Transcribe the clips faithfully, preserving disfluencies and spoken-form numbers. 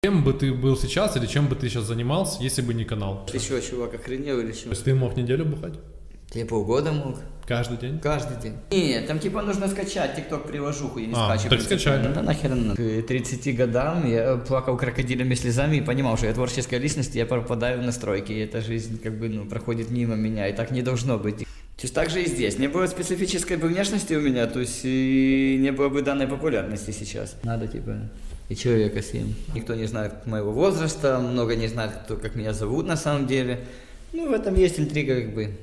Кем бы ты был сейчас или чем бы ты сейчас занимался, если бы не канал? Ты что, чувак, охренел или что? То есть ты мог неделю бухать? Я полгода мог. Каждый день? Каждый день. Нет, там типа нужно скачать тикток-приложуху, я не а, скачиваю. Так скачай. Ну да нахер надо. К тридцати годам я плакал крокодилями слезами и понимал, что я творческая личность, и я пропадаю в настройке, и эта жизнь как бы ну, проходит мимо меня, и так не должно быть. То есть так же и здесь. Не было специфической бы внешности у меня, то есть и не было бы данной популярности сейчас. Надо типа и человека съем. Никто не знает моего возраста, много не знает, кто, как меня зовут на самом деле. Ну, в этом есть интрига как бы.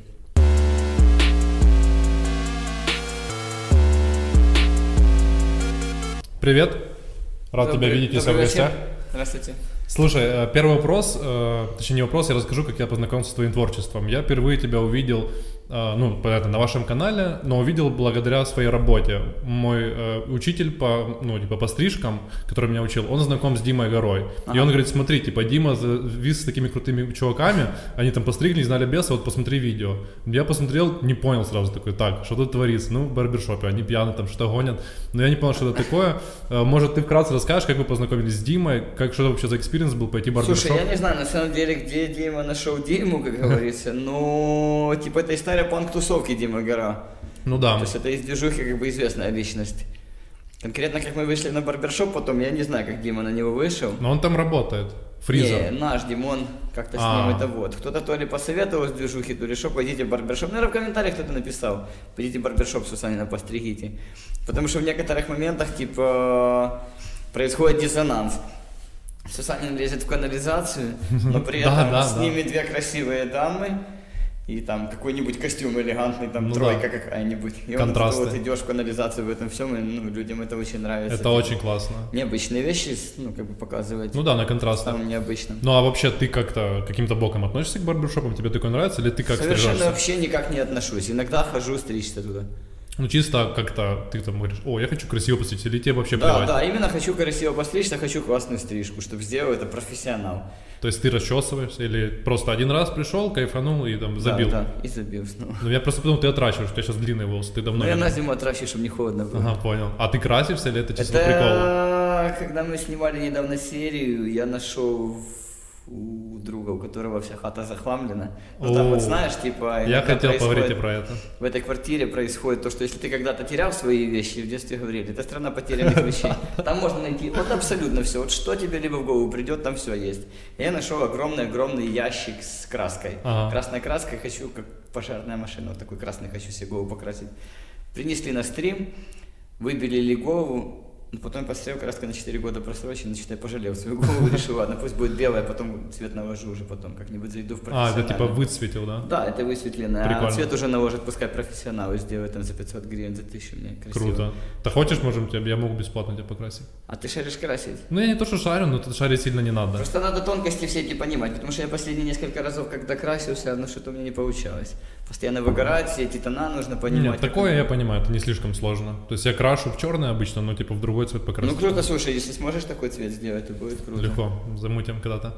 Привет, рад Добрый, тебя видеть и в гостях. Здравствуйте. Слушай, первый вопрос, точнее не вопрос, я расскажу, как я познакомился с твоим творчеством. Я впервые тебя увидел, ну, понятно, на вашем канале, но увидел благодаря своей работе. Мой э, учитель по, ну, типа, по стрижкам, который меня учил, он знаком с Димой Горой. Ага. И он говорит, смотри, типа, Дима завис с такими крутыми чуваками, они там постригли, знали беса, вот посмотри видео. Я посмотрел, не понял сразу, такой, так, что тут творится? Ну, в барбершопе, они пьяны, там что-то гонят. Но я не понял, что это такое. Может, ты вкратце расскажешь, как вы познакомились с Димой, как, что это вообще за экспириенс был пойти в барбершоп? Слушай, я не знаю, на самом деле, где Дима нашел Диму, как говорится, но, типа, это история панк-тусовки Дима Гора. Ну да. То есть это из движухи как бы известная личность. Конкретно, как мы вышли на барбершоп, потом я не знаю, как Дима на него вышел. Но он там работает, фризер. Не, наш Димон, как-то с А. ним это вот. Кто-то то ли посоветовал с движухи, то ли что, пойдите в барбершоп. Наверное, в комментариях кто-то написал, пойдите в барбершоп Сусанина постригите. Потому что в некоторых моментах, типа, происходит диссонанс. Сусанин лезет в канализацию, но при этом с ними две красивые дамы. И там какой-нибудь костюм элегантный, там ну тройка да. какая-нибудь. И контрасты. Вот, вот идешь в канализацию в этом всем, и ну, людям это очень нравится. Это очень классно. Необычные вещи, ну, как бы показывать. Ну да, на контрасте. Самым необычным. Ну а вообще ты как-то каким-то боком относишься к барбершопам? Тебе такое нравится? Или ты как Совершенно стрижешься? вообще никак не отношусь. Иногда хожу стричься туда. Ну чисто как-то ты там говоришь, о, я хочу красиво постричься, или тебе вообще да, плевать? Да, да, именно хочу красиво постричься, хочу классную стрижку, чтобы сделал это профессионал. То есть ты расчесываешься или просто один раз пришел, кайфанул и там забил? Да, да, и забил снова. Ну я просто подумал, ты отращиваешь, у тебя сейчас длинные волосы, ты давно... Ну я не... на зиму отращиваю, чтобы не холодно было. Ага, понял. А ты красишься или это чисто это... прикол? Когда мы снимали недавно серию, я нашел у друга, у которого вся хата захламлена. Ну там вот знаешь, типа... Я хотел поговорить и про это. В этой квартире происходит то, что если ты когда-то терял свои вещи, в детстве говорили, это страна потерянных вещей. Там можно найти вот абсолютно все. Вот что тебе либо в голову придет, там все есть. Я нашел огромный-огромный ящик с краской. Ага. Красной краской хочу, как пожарная машина, вот такой красный хочу себе голову покрасить. Принесли на стрим, выбелили голову. Но потом посмотрел, краска на четыре года просрочена, значит, я пожалел свою голову, решил, ладно, пусть будет белая, потом цвет наложу уже потом, как-нибудь зайду в профессиональный. А, это типа выцветил, да? Да, это высветленное, прикольно. А цвет уже наложит, пускай профессионалы сделают там за пятьсот гривен, за тысячу, мне красиво. Круто. Ты хочешь, можем тебе, я могу бесплатно тебя покрасить. А ты шаришь красить? Ну, я не то, что шарю, но тут шарить сильно не надо. Просто надо тонкости все эти понимать, потому что я последние несколько разов, когда красился, но что-то у меня не получалось. Постоянно выгорать, все эти тона нужно понимать. Нет, такое я понимаю, это не слишком сложно. То есть я крашу в черный обычно, но типа в другой цвет покрасить. Ну круто, слушай, если сможешь такой цвет сделать, то будет круто. Легко, замутим когда-то.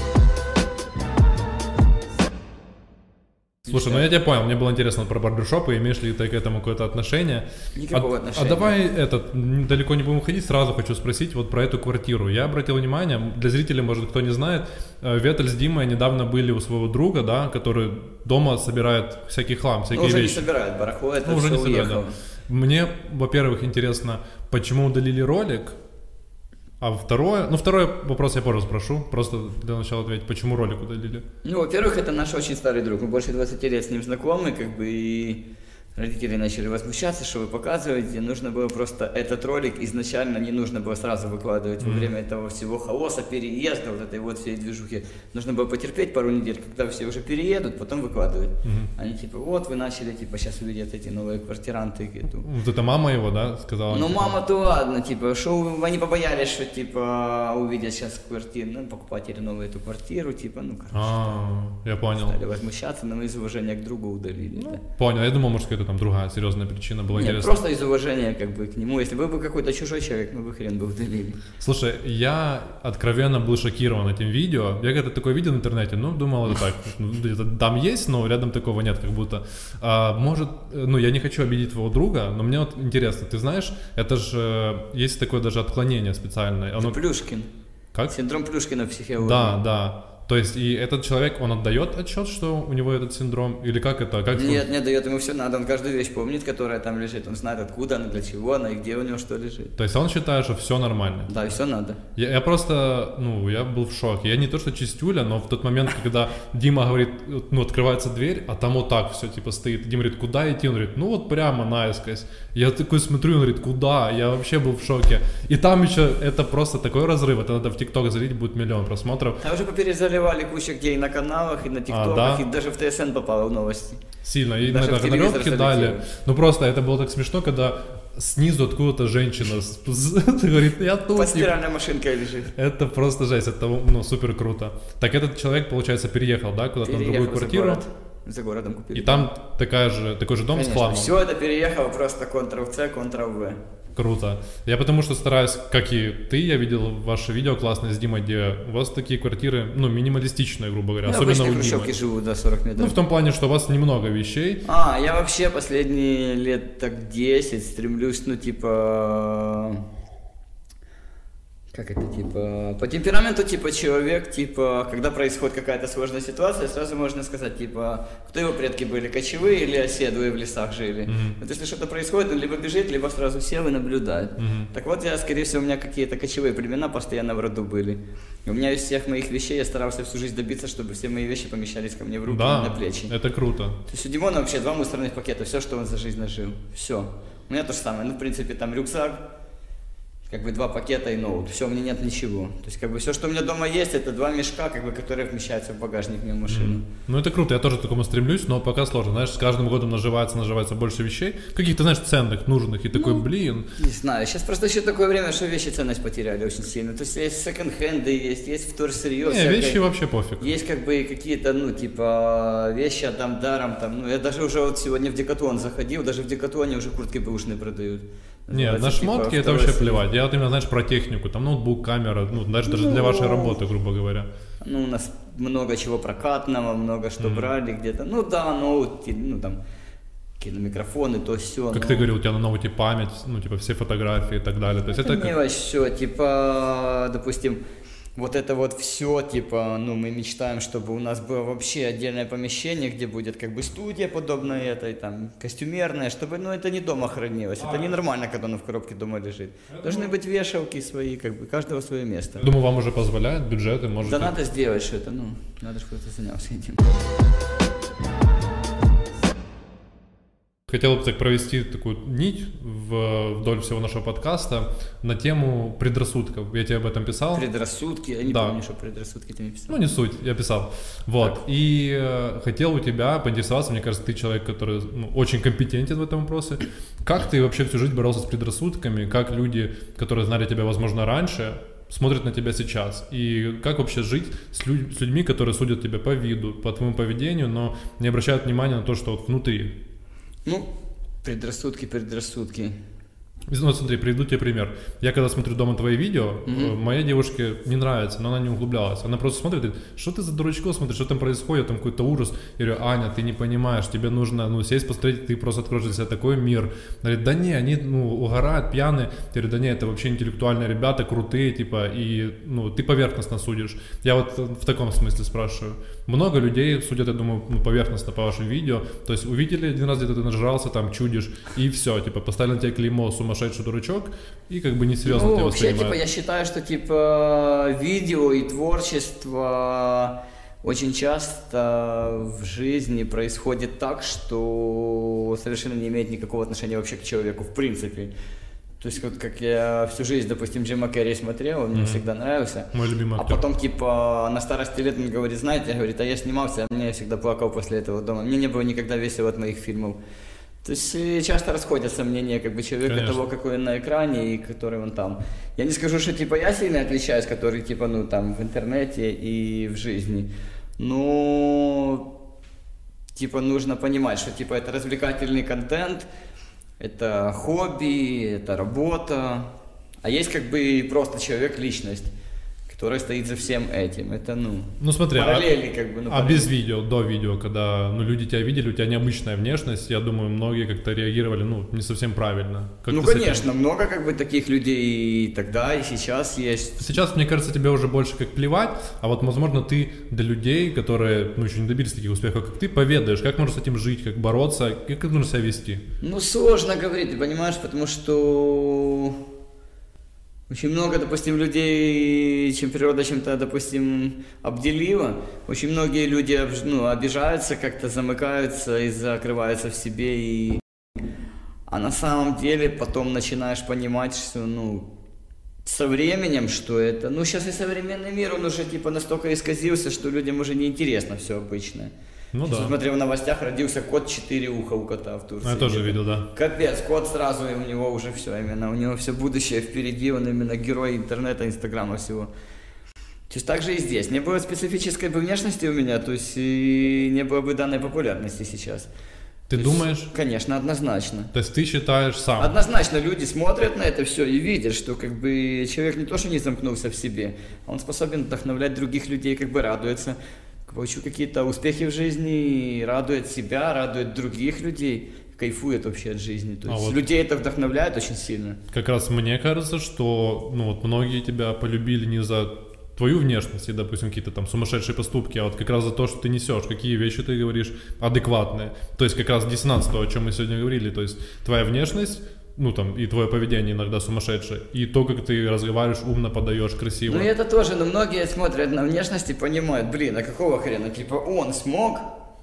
Слушай, ну я тебя понял, мне было интересно про барбершопы, имеешь ли ты к этому какое-то отношение? Никакого а, отношения. А давай этот, далеко не будем уходить, сразу хочу спросить вот про эту квартиру. Я обратил внимание, для зрителей, может, кто не знает, Ветель с Димой недавно были у своего друга, да, который дома собирает всякий хлам, всякие ну, уже вещи. не собирает, барахло, это ну, уже все не собирает, уехало. Да. Мне, во-первых, интересно, почему удалили ролик? А второе, ну второй вопрос я позже спрошу, просто для начала ответить, почему ролик удалили? Ну, во-первых, это наш очень старый друг, мы больше двадцати лет с ним знакомы, как бы, и родители начали возмущаться, что вы показываете, нужно было просто этот ролик изначально, не нужно было сразу выкладывать mm-hmm. во время этого всего хаоса, переезда, вот этой вот всей движухи, нужно было потерпеть пару недель, когда все уже переедут, потом выкладывать. Mm-hmm. Они типа, вот вы начали, типа, сейчас увидят эти новые квартиранты. Эту. Вот это мама его, да, сказала? Ну, типа... мама-то ладно, типа, что они побоялись, что, типа, увидят сейчас квартиру, ну, покупатели новую эту квартиру, типа, ну, короче. А, я понял. Стали возмущаться, но мы из уважения к другу удалили, ну, да. Понял, я думал, может, какая-то там другая серьезная причина была. Нет, интересна. просто из уважения как бы к нему. Если бы был какой-то чужой человек, мы бы хрен бы удалили. Слушай, я откровенно был шокирован этим видео. Я когда такое видел в интернете, ну, думал, это так, ну, там есть, но рядом такого нет, как будто. А, может, ну, я не хочу обидеть твоего друга, но мне вот интересно, ты знаешь, это же есть такое даже отклонение специальное. Оно... Плюшкин. Как? Синдром Плюшкина в психологии. Да, да. То есть и этот человек, он отдает отчет, что у него этот синдром? Или как это? Как Нет, не дает, ему все надо. Он каждую вещь помнит, которая там лежит. Он знает, откуда она, для чего она и где у него что лежит. То есть он считает, что все нормально? Да, и все надо. Я, я просто, ну, я был в шоке. Я не то, что чистюля, но в тот момент, когда Дима говорит, ну, открывается дверь, а там вот так все, типа, стоит. Дима говорит, куда идти? Он говорит, ну, вот прямо наискось. Я такой смотрю, он говорит, куда? Я вообще был в шоке. И там еще, это просто такой разрыв. Это надо в ТикТок залить, будет миллион просмотров. А уже поперезаливали кучу где и на каналах, и на ТикТоках, а, да? и даже в ТСН попало в новости. Сильно. И даже на гонорёвки дали. Ну, просто это было так смешно, когда снизу откуда-то женщина говорит, я тут. Под стиральной машинкой лежит. Это просто жесть, это, ну, супер круто. Так этот человек, получается, переехал, да, куда-то на другую квартиру? За, город. за городом купили. И там такая же, такой же дом Конечно, с хламом? Все это переехало просто контрол-C, контрол-V. Круто. Я потому что стараюсь, как и ты, я видел ваше видео классное с Димой, где у вас такие квартиры, ну, минималистичные, грубо говоря, ну, особенно у Димы. Живут, да, сорок метров. Ну, в том плане, что у вас немного вещей. А, я вообще последние лет так десять стремлюсь, ну, типа... Как это, типа, по темпераменту, типа, человек, типа, когда происходит какая-то сложная ситуация, сразу можно сказать, типа, кто его предки были, кочевые или оседлые в лесах жили. Mm-hmm. Вот если что-то происходит, он либо бежит, либо сразу сел и наблюдает. Mm-hmm. Так вот, я, скорее всего, у меня какие-то кочевые племена постоянно в роду были. И у меня из всех моих вещей я старался всю жизнь добиться, чтобы все мои вещи помещались ко мне в руки, да, и на плечи. Это круто. То есть у Димона вообще два мусорных пакета, все, что он за жизнь нажил, все. У меня то же самое, ну, в принципе, там рюкзак, как бы два пакета и ноут, все, у меня нет ничего. То есть, как бы, все, что у меня дома есть, это два мешка, как бы, которые вмещаются в багажник моей машины. Mm. Ну, это круто, я тоже к такому стремлюсь, но пока сложно. Знаешь, с каждым годом наживается, наживается больше вещей, каких-то, знаешь, ценных, нужных, и такой, ну, блин. Не знаю, сейчас просто еще такое время, что вещи ценность потеряли очень сильно. То есть, есть секонд-хенды, есть, есть вторсырье. Не, всякое. Вещи вообще пофиг. Есть, как бы, какие-то, ну, типа, вещи там даром, там, ну, я даже уже вот сегодня в Декатлон заходил, даже в Декатлоне уже куртки бэушные продают. Нет, на шмотки типа, это вообще сильный. Плевать. Я вот именно, знаешь, про технику, там ноутбук, камера, ну, даже, даже ну, для вашей работы, грубо говоря. Ну, у нас много чего прокатного, много что mm-hmm. брали где-то. Ну да, ноут, ну там, какие-то микрофоны, то все. Как но... ты говорил, у тебя на ноуте память, ну, типа, все фотографии и так далее. То есть это, это мелочь, все, типа, допустим, вот это вот все, типа, ну, мы мечтаем, чтобы у нас было вообще отдельное помещение, где будет как бы студия подобная этой, там, костюмерная, чтобы, ну, это не дома хранилось, это ненормально, когда оно в коробке дома лежит. Должны быть вешалки свои, как бы, каждого свое место. Думаю, вам уже позволяют бюджеты, может. Да надо сделать что-то, ну, надо же кто-то занялся этим. Хотел бы так провести такую нить в, вдоль всего нашего подкаста на тему предрассудков. Я тебе об этом писал. Предрассудки? Я не да. помню, что предрассудки ты мне писал. Ну, не суть, я писал. Вот. Так. И э, хотел у тебя поинтересоваться, мне кажется, ты человек, который, ну, очень компетентен в этом вопросе. Как ты вообще всю жизнь боролся с предрассудками? Как люди, которые знали тебя, возможно, раньше, смотрят на тебя сейчас? И как вообще жить с, людь- с людьми, которые судят тебя по виду, по твоему поведению, но не обращают внимания на то, что вот внутри? Ну, предрассудки, предрассудки. Ну, смотри, приведу тебе пример. Я когда смотрю дома твои видео, mm-hmm. моей девушке не нравится, но она не углублялась. Она просто смотрит и говорит, что ты за дурачком смотришь, что там происходит, там какой-то ужас. Я говорю, Аня, ты не понимаешь, тебе нужно, ну, сесть, посмотреть, ты просто откроешь для себя такой мир. Она говорит, да не, они, ну, угорают, пьяные. Я говорю, да не, это вообще интеллектуальные ребята, крутые, типа, и, ну, ты поверхностно судишь. Я вот в таком смысле спрашиваю. Много людей судят, я думаю, ну, поверхностно по вашим видео. То есть увидели один раз, где-то ты нажрался, там, чудишь, и все, типа, поставили на тебя клеймо сумасшедший дурачок, и как бы несерьезно ну, тебя вообще, воспринимают. Типа, я считаю, что, типа, видео и творчество очень часто в жизни происходит так, что совершенно не имеет никакого отношения вообще к человеку, в принципе. То есть, вот как я всю жизнь, допустим, Джима Керри смотрел, он mm-hmm. мне всегда нравился. Мой любимый актер. А потом, типа, на старости лет он говорит, знаете, говорит, а я снимался, а мне всегда плакал после этого дома. Мне не было никогда весело от моих фильмов. То есть часто расходятся мнения как бы человека, Конечно. Того, какой он на экране и который он там. Я не скажу, что типа я сильно отличаюсь, который типа, ну, там, в интернете и в жизни. Но типа нужно понимать, что типа это развлекательный контент, это хобби, это работа, а есть как бы просто человек, личность, который стоит за всем этим. Это, ну, ну смотри, параллели, а, как бы. Ну, а без видео, до видео, когда ну, люди тебя видели, у тебя необычная внешность, я думаю, многие как-то реагировали, ну, не совсем правильно. Как ну, конечно, много как бы таких людей и тогда, и сейчас есть. Сейчас, мне кажется, тебе уже больше как плевать, а вот, возможно, ты для людей, которые, ну, еще не добились таких успехов, как ты, поведаешь, как можно с этим жить, как бороться, как, как нужно себя вести. Ну, сложно говорить, ты понимаешь, потому что очень много, допустим, людей, чем природа чем-то, допустим, обделила, очень многие люди, ну, обижаются, как-то замыкаются и закрываются в себе, и... а на самом деле потом начинаешь понимать, что, ну, со временем, что это, ну, сейчас и современный мир, он уже, типа, настолько исказился, что людям уже неинтересно все обычное. Ну сейчас, да. Смотрел в новостях, родился кот, четыре уха у кота в Турции. Я тоже видел, да. Капец, кот сразу, и у него уже все, именно, у него все будущее впереди, он именно герой интернета, инстаграма всего. То есть так же и здесь. Не было специфической бы внешности у меня, то есть и не было бы данной популярности сейчас. Ты то думаешь? Есть, конечно, однозначно. То есть ты считаешь сам? Однозначно люди смотрят на это все и видят, что как бы человек не то, что не замкнулся в себе, он способен вдохновлять других людей, как бы радуется. Получу какие-то успехи в жизни, радует себя, радует других людей, кайфует вообще от жизни. То есть а вот людей это вдохновляет очень сильно. Как раз мне кажется, что ну, вот многие тебя полюбили не за твою внешность и, допустим, какие-то там сумасшедшие поступки, а вот как раз за то, что ты несешь, какие вещи ты говоришь адекватные. То есть как раз диссонанс, то, о чем мы сегодня говорили, то есть твоя внешность, ну там, и твое поведение иногда сумасшедшее, и то, как ты разговариваешь, умно подаешь, красиво. Ну и это тоже, но многие смотрят на внешность и понимают, блин, а какого хрена, типа он смог,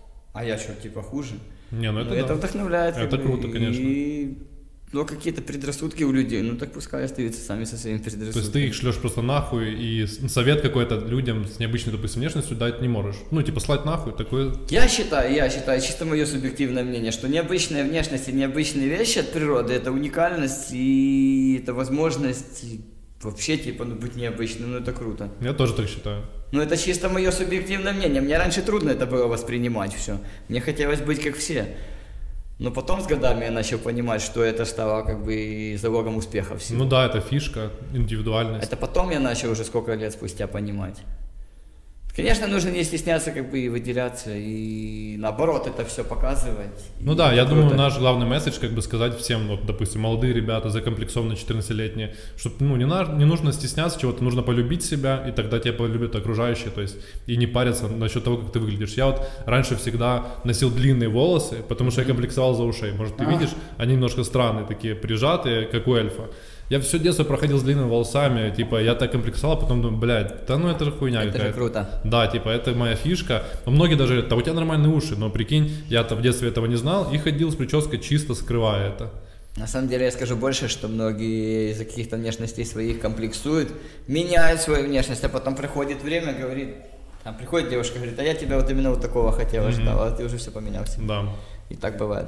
а я что, типа хуже? Не, ну это, ну, да. это вдохновляет. Это круто, конечно. И... Но какие-то предрассудки у людей, ну так пускай остаются сами со своими предрассудками. То есть ты их шлешь просто нахуй, и совет какой-то людям с необычной, допустим, внешностью дать не можешь. Ну, типа, слать нахуй, такое... Я считаю, я считаю, чисто мое субъективное мнение, что необычная внешность и необычные вещи от природы — это уникальность и это возможность вообще, типа, ну, быть необычным, ну, это круто. Я тоже так считаю. Ну, это чисто мое субъективное мнение. Мне раньше трудно это было воспринимать все. Мне хотелось быть как все. Но потом с годами я начал понимать, что это стало как бы залогом успеха всего. Ну да, это фишка, индивидуальность. Это потом я начал уже сколько лет спустя понимать. Конечно, нужно не стесняться как бы и выделяться, и наоборот это все показывать. Ну да, я думаю, наш главный месседж, как бы сказать всем, вот, допустим, молодые ребята, закомплексованные четырнадцатилетние, что ну, не, на, не нужно стесняться чего-то, нужно полюбить себя, и тогда тебя полюбят окружающие, то есть, и не париться насчет того, как ты выглядишь. Я вот раньше всегда носил длинные волосы, потому что я комплексовал за ушей. Может, ты видишь, они немножко странные, такие прижатые, как у эльфа. Я все детство проходил с длинными волосами, типа, я так комплексовал, потом думаю, блядь, да ну это же хуйня какая-то. Это же круто. Да, типа, это моя фишка. Но многие даже говорят, да у тебя нормальные уши, но прикинь, я-то в детстве этого не знал и ходил с прической, чисто скрывая это. На самом деле я скажу больше, что многие из-за каких-то внешностей своих комплексуют, меняют свою внешность, а потом приходит время, говорит, а приходит девушка, говорит, а я тебя вот именно вот такого хотела, mm-hmm. ждала, а ты уже все поменялся. Да. И так бывает.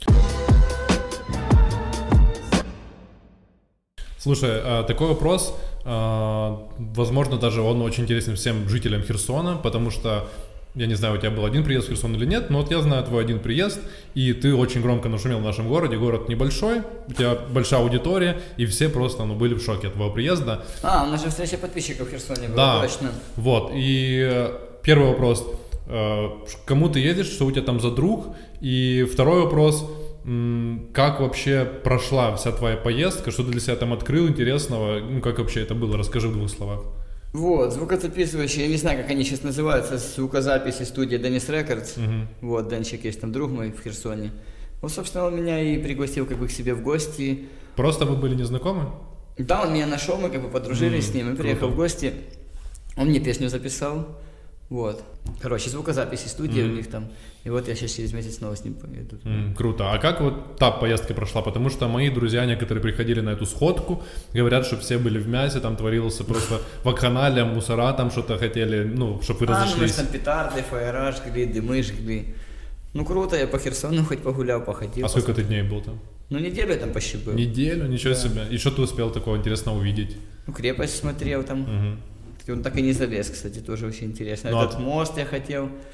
Слушай, такой вопрос, возможно, даже он очень интересен всем жителям Херсона, потому что, я не знаю, у тебя был один приезд в Херсон или нет, но вот я знаю твой один приезд, и ты очень громко нашумел в нашем городе, город небольшой, у тебя большая аудитория, и все просто ну, были в шоке от твоего приезда. А, у нас же встреча подписчиков в Херсоне была, да, точно. Вот, и первый вопрос, кому ты едешь, что у тебя там за друг, и второй вопрос, как вообще прошла вся твоя поездка, что ты для себя там открыл интересного, ну как вообще это было, расскажи в двух словах. Вот, звукозаписывающие, я не знаю, как они сейчас называются, звукозаписи студии Dennis Records, uh-huh. Вот, Денчик есть там друг мой в Херсоне, вот, собственно, он меня и пригласил как бы к себе в гости. Просто вы были незнакомы? Да, он меня нашел, мы как бы подружились mm, с ним, и приехал круто. В гости, он мне песню записал. Вот. Короче, звукозаписи студии mm-hmm. у них там. И вот я сейчас через месяц снова с ним поеду. Mm, круто. А как вот та поездка прошла? Потому что мои друзья, некоторые приходили на эту сходку, говорят, что все были в мясе, там творился просто вакханалия, мусора там что-то хотели, ну, чтобы вы разошлись. А, ну, там петарды, фаера жгли, дымы жгли. Ну, круто, я по Херсону хоть погулял, походил. А сколько ты дней был там? Ну, неделю я там почти был. Неделю? Ничего да. себе. И что ты успел такого интересного увидеть? Ну, крепость смотрел там. Угу. Он так и не залез, кстати, тоже очень интересно. Ну, Этот а... мост я хотел.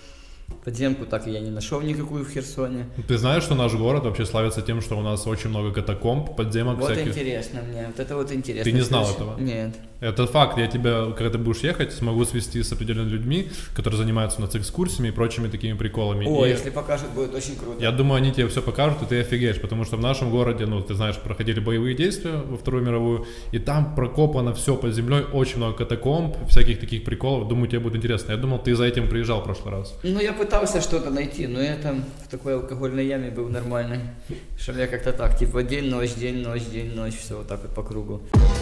Подземку так и я не нашел никакую в Херсоне. Ты знаешь, что наш город вообще славится тем, что у нас очень много катакомб, подземок вот всяких? Вот интересно мне, вот это вот интересно. Ты не знал Слушай, этого? Нет. Это факт, я тебя, когда ты будешь ехать, смогу свести с определенными людьми, которые занимаются у нас экскурсиями и прочими такими приколами. О, и если покажут, будет очень круто. Я думаю, они тебе все покажут, и ты офигеешь, потому что в нашем городе, ну, ты знаешь, проходили боевые действия во Вторую мировую, и там прокопано все под землей, очень много катакомб, всяких таких приколов. Думаю, тебе будет интересно. Я думал, ты за этим приезжал в прошлый раз. Ну, я пытался что-то найти, но я там в такой алкогольной яме был нормальный, что я как-то так, типа день-ночь, день-ночь, день-ночь, все вот так вот по кругу.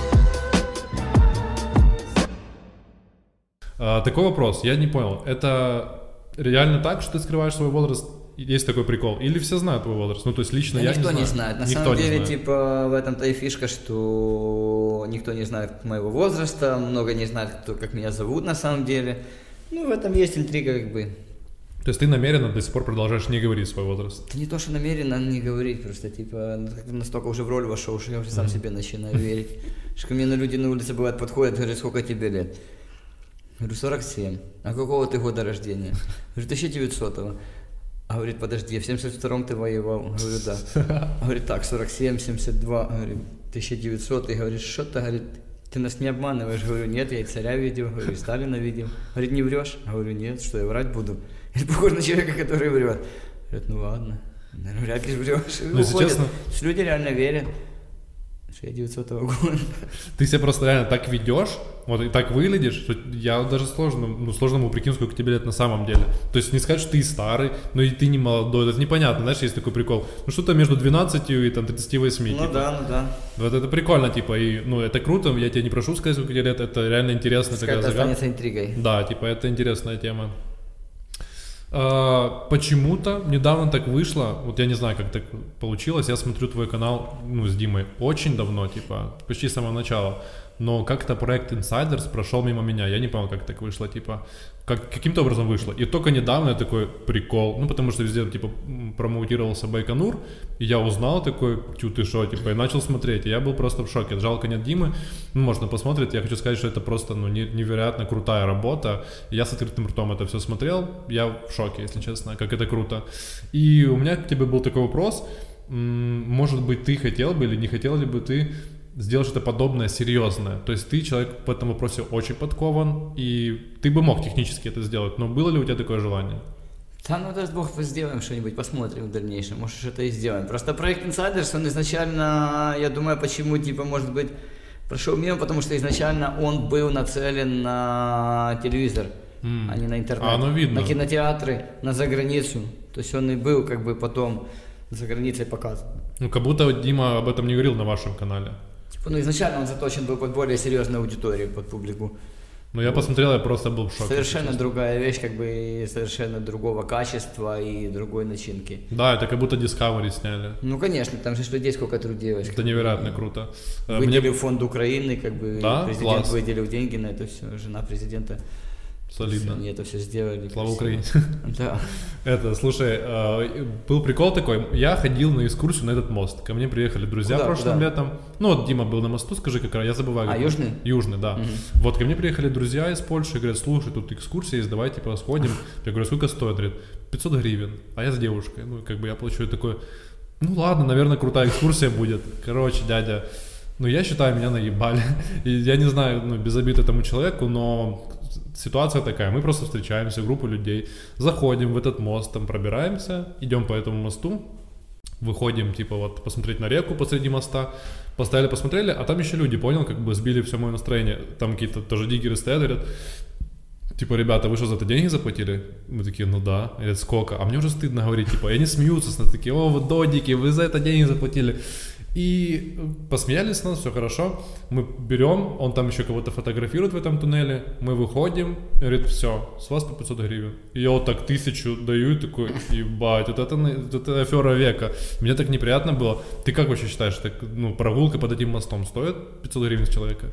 А, такой вопрос, я не понял, это реально так, что ты скрываешь свой возраст? Есть такой прикол? Или все знают твой возраст? Ну, то есть лично да я никто не знаю. не знает. На никто самом деле, знает. типа, в этом-то и фишка, что никто не знает моего возраста, много не знает, кто, как меня зовут на самом деле. Ну, в этом есть интрига, как бы. То есть ты намеренно до сих пор продолжаешь не говорить свой возраст? Это не то, что намеренно не говорить, просто, типа, настолько уже в роль вошел, что я уже сам mm-hmm. себе начинаю верить. Что ко мне люди на улице, бывает, подходят, говорят, сколько тебе лет? Говорю, сорок семь. А какого ты года рождения? Говорю, тысяча девятисотого. А говорит, подожди, я в семьдесят втором ты воевал? Говорю, да. Говорит, так, сорок семь, семьдесят два. Говорю, тысяча девятьсот. И говорит, что ты, говорит, ты нас не обманываешь? Говорю, нет, я и царя видел, говорю, и Сталина видел. Говорит, не врешь? Говорю, нет, что я врать буду? Я похож на человека, который врет. Говорит, ну ладно, наверное, вряд ли врешь. Ну, если честно... Люди реально верят. что я девятисотого года. Ты себя просто реально так ведешь, вот и так выглядишь, что я даже сложно, ну, сложно ему прикинуть, сколько тебе лет на самом деле. То есть не сказать, что ты старый, но и ты не молодой, это непонятно, знаешь, есть такой прикол. Ну что-то между двенадцатью и там тридцатью восьмью. Ну типа. да, ну да. Вот это прикольно, типа, и, ну, это круто, я тебе не прошу сказать, сколько тебе лет, это реально интересная такая загадка. загадка. Останется интригой. Да, типа, это интересная тема. А, почему-то недавно так вышло, вот я не знаю, как так получилось, я смотрю твой канал, ну, с Димой очень давно, типа, почти с самого начала, но как-то проект Insiders прошел мимо меня, я не понял, как так вышло, типа, как, каким-то образом вышло, и только недавно я такой, прикол, ну, потому что везде, типа, промоутировался Байконур, и я узнал такой, тю, ты шо, типа, и начал смотреть, и я был просто в шоке, жалко нет Димы, ну, можно посмотреть, я хочу сказать, что это просто, ну, невероятно крутая работа, я с открытым ртом это все смотрел, я в шоке, если честно, как это круто, и у меня к тебе был такой вопрос, может быть, ты хотел бы или не хотел ли бы ты сделать что-то подобное, серьезное. То есть ты человек в этом вопросе очень подкован, и ты бы мог технически это сделать, но было ли у тебя такое желание? Да, ну даст Бог, сделаем что-нибудь, посмотрим в дальнейшем, может что-то и сделаем. Просто проект Insiders, он изначально, я думаю, почему, типа, может быть, прошел мимо, потому что изначально он был нацелен на телевизор, mm. а не на интернет, а, ну, видно. На кинотеатры, на заграницу. То есть он и был, как бы, потом за границей показан. Ну, как будто Дима об этом не говорил на вашем канале. Ну, изначально он заточен был под более серьезную аудиторию, под публику. Ну, я посмотрел, я просто был в шоке. Совершенно другая вещь, как бы, совершенно другого качества и другой начинки. Да, это как будто Discovery сняли. Ну, конечно, там же людей сколько трудилось. Это невероятно круто. Выделил Мне... фонд Украины, как бы, да? президент Класс. Выделил деньги на это все, жена президента. Солидно. Они это все сделали. Слава Украине. Да. Это, слушай, был прикол такой, я ходил на экскурсию на этот мост, ко мне приехали друзья Куда? прошлым Куда? летом, ну вот Дима был на мосту, скажи, как раз, я забываю. А, Южный? Южный, да. Угу. Вот ко мне приехали друзья из Польши, говорят, слушай, тут экскурсия есть, давай типа сходим. Я говорю, сколько стоит? Говорит, пятьсот гривен, а я с девушкой, ну как бы я получаю такой, ну ладно, наверное, крутая экскурсия будет. Короче, дядя, ну я считаю, меня наебали, и я не знаю, ну без обид этому человеку, но... Ситуация такая, мы просто встречаемся, группа людей, заходим в этот мост, там пробираемся, идем по этому мосту, выходим, типа, вот, посмотреть на реку посреди моста, постояли, посмотрели, а там еще люди, понял, как бы сбили все мое настроение, там какие-то тоже диггеры стоят, говорят, типа, ребята, вы что, за это деньги заплатили? Мы такие, ну да. Говорят, сколько? А мне уже стыдно говорить, типа, и они смеются с нас, такие, о, вы додики, вы за это деньги заплатили. И посмеялись с нас, все хорошо. Мы берем, он там еще кого-то фотографирует в этом туннеле, мы выходим, говорит, все, с вас по пятьсот гривен. И я вот так тысячу даю и такой, ебать, вот это, вот это афера века. Мне так неприятно было. Ты как вообще считаешь, так, ну, прогулка под этим мостом стоит пятьсот гривен с человека?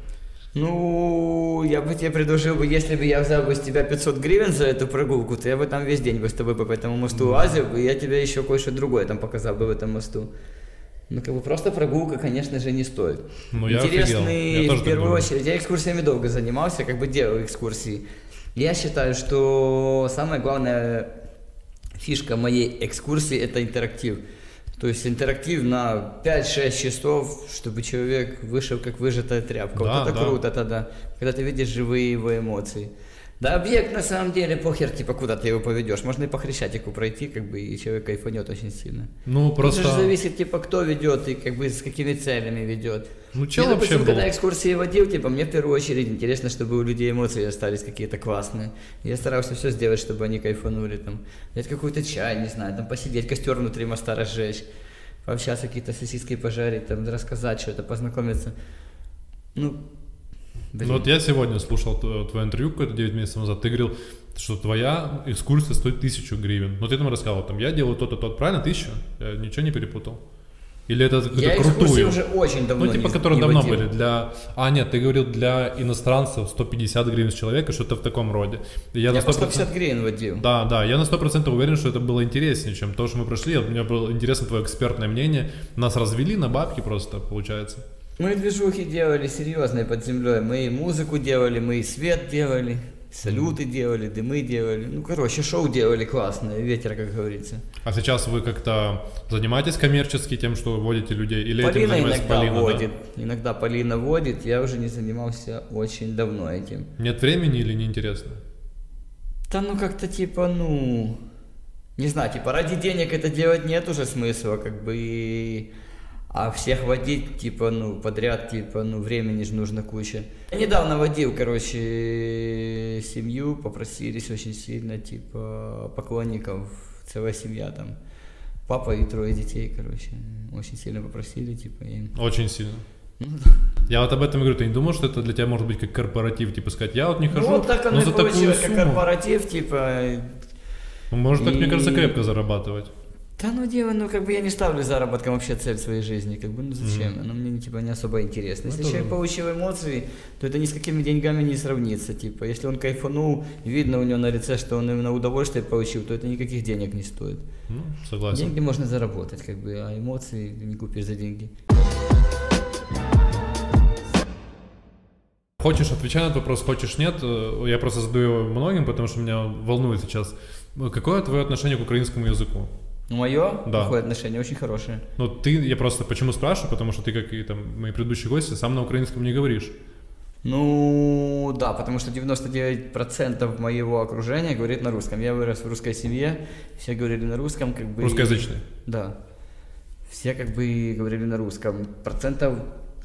Ну, я бы тебе предложил бы, если бы я взял бы с тебя пятьсот гривен за эту прогулку, то я бы там весь день бы с тобой по этому мосту лазил бы, и я тебе еще кое-что другое там показал бы в этом мосту. Ну, как бы просто прогулка, конечно же, не стоит. Ну, интересный, я в первую очередь, я экскурсиями долго занимался, как бы делал экскурсии. Я считаю, что самое главное фишка моей экскурсии – это интерактив. То есть интерактив на пять-шесть часов, чтобы человек вышел как выжатая тряпка. Да, вот это да. Круто тогда, когда ты видишь живые его эмоции. Да, объект на самом деле похер, типа, куда ты его поведешь. Можно и по Хрещатику пройти, как бы, и человек кайфанет очень сильно. Ну, просто... Тут же зависит, типа, кто ведет и, как бы, с какими целями ведет. Ну, чел я, вообще допустим, был... когда экскурсии водил, типа, мне в первую очередь интересно, чтобы у людей эмоции остались какие-то классные. Я старался все сделать, чтобы они кайфанули, там, взять какой-то чай, не знаю, там, посидеть, костер внутри моста разжечь, пообщаться, какие-то сосиски пожарить, там, рассказать что-то, познакомиться. Ну... Блин. Ну вот я сегодня слушал твое интервью какое-то девять месяцев назад, ты говорил, что твоя экскурсия стоит тысячу гривен. Но ты там рассказывал, там, я делаю то-то, то-то, правильно, тысячу? Я ничего не перепутал? Или это какую-то крутую? Я уже очень давно Ну типа, не, которые не давно водил. были, для... А, нет, ты говорил для иностранцев сто пятьдесят гривен с человека, что-то в таком роде. И я я на по сто пятьдесят гривен водил. Да, да, я на сто процентов уверен, что это было интереснее, чем то, что мы прошли. У меня было интересно твое экспертное мнение. Нас развели на бабки просто, получается. Мы движухи делали серьезные под землей. Мы и музыку делали, мы и свет делали, салюты mm-hmm. делали, дымы делали. Ну, короче, шоу делали классное, ветер, как говорится. А сейчас вы как-то занимаетесь коммерчески тем, что водите людей? Или Полина этим занимается иногда Полина? водит. Да? Иногда Полина водит. Я уже не занимался очень давно этим. Нет времени или неинтересно? Да ну как-то типа, ну... Не знаю, типа ради денег это делать нет уже смысла, как бы... И... А всех водить, типа, ну, подряд, типа, ну, времени же нужно куча. Я недавно водил, короче, семью, попросились очень сильно, типа, поклонников, целая семья там. Папа и трое детей, короче, очень сильно попросили, типа, и... Очень сильно? Я вот об этом говорю, ты не думал, что это для тебя может быть как корпоратив, типа, сказать, я вот не хожу, ну, вот так оно но за такую получилось, сумму. как корпоратив, типа... Ну, может, так, и... мне кажется, крепко зарабатывать. Да ну дело, ну как бы я не ставлю заработком вообще цель в своей жизни, как бы ну зачем, mm-hmm. оно мне типа не особо интересно. Если это человек да. получил эмоции, то это ни с какими деньгами не сравнится, типа, если он кайфанул, видно у него на лице, что он именно удовольствие получил, то это никаких денег не стоит. Ну, согласен. Деньги можно заработать, как бы, а эмоции не купишь за деньги. Хочешь, отвечай на этот вопрос, хочешь, нет, я просто задаю его многим, потому что меня волнует сейчас. Какое твое отношение к украинскому языку? Мое? Да. Какое отношение? Очень хорошее. Ну, ты, я просто почему спрашиваю, потому что ты, как и там мои предыдущие гости, сам на украинском не говоришь. Ну, да, потому что девяносто девять процентов моего окружения говорит на русском. Я вырос в русской семье, все говорили на русском, как бы... Русскоязычный? Да. Все как бы говорили на русском. Процентов,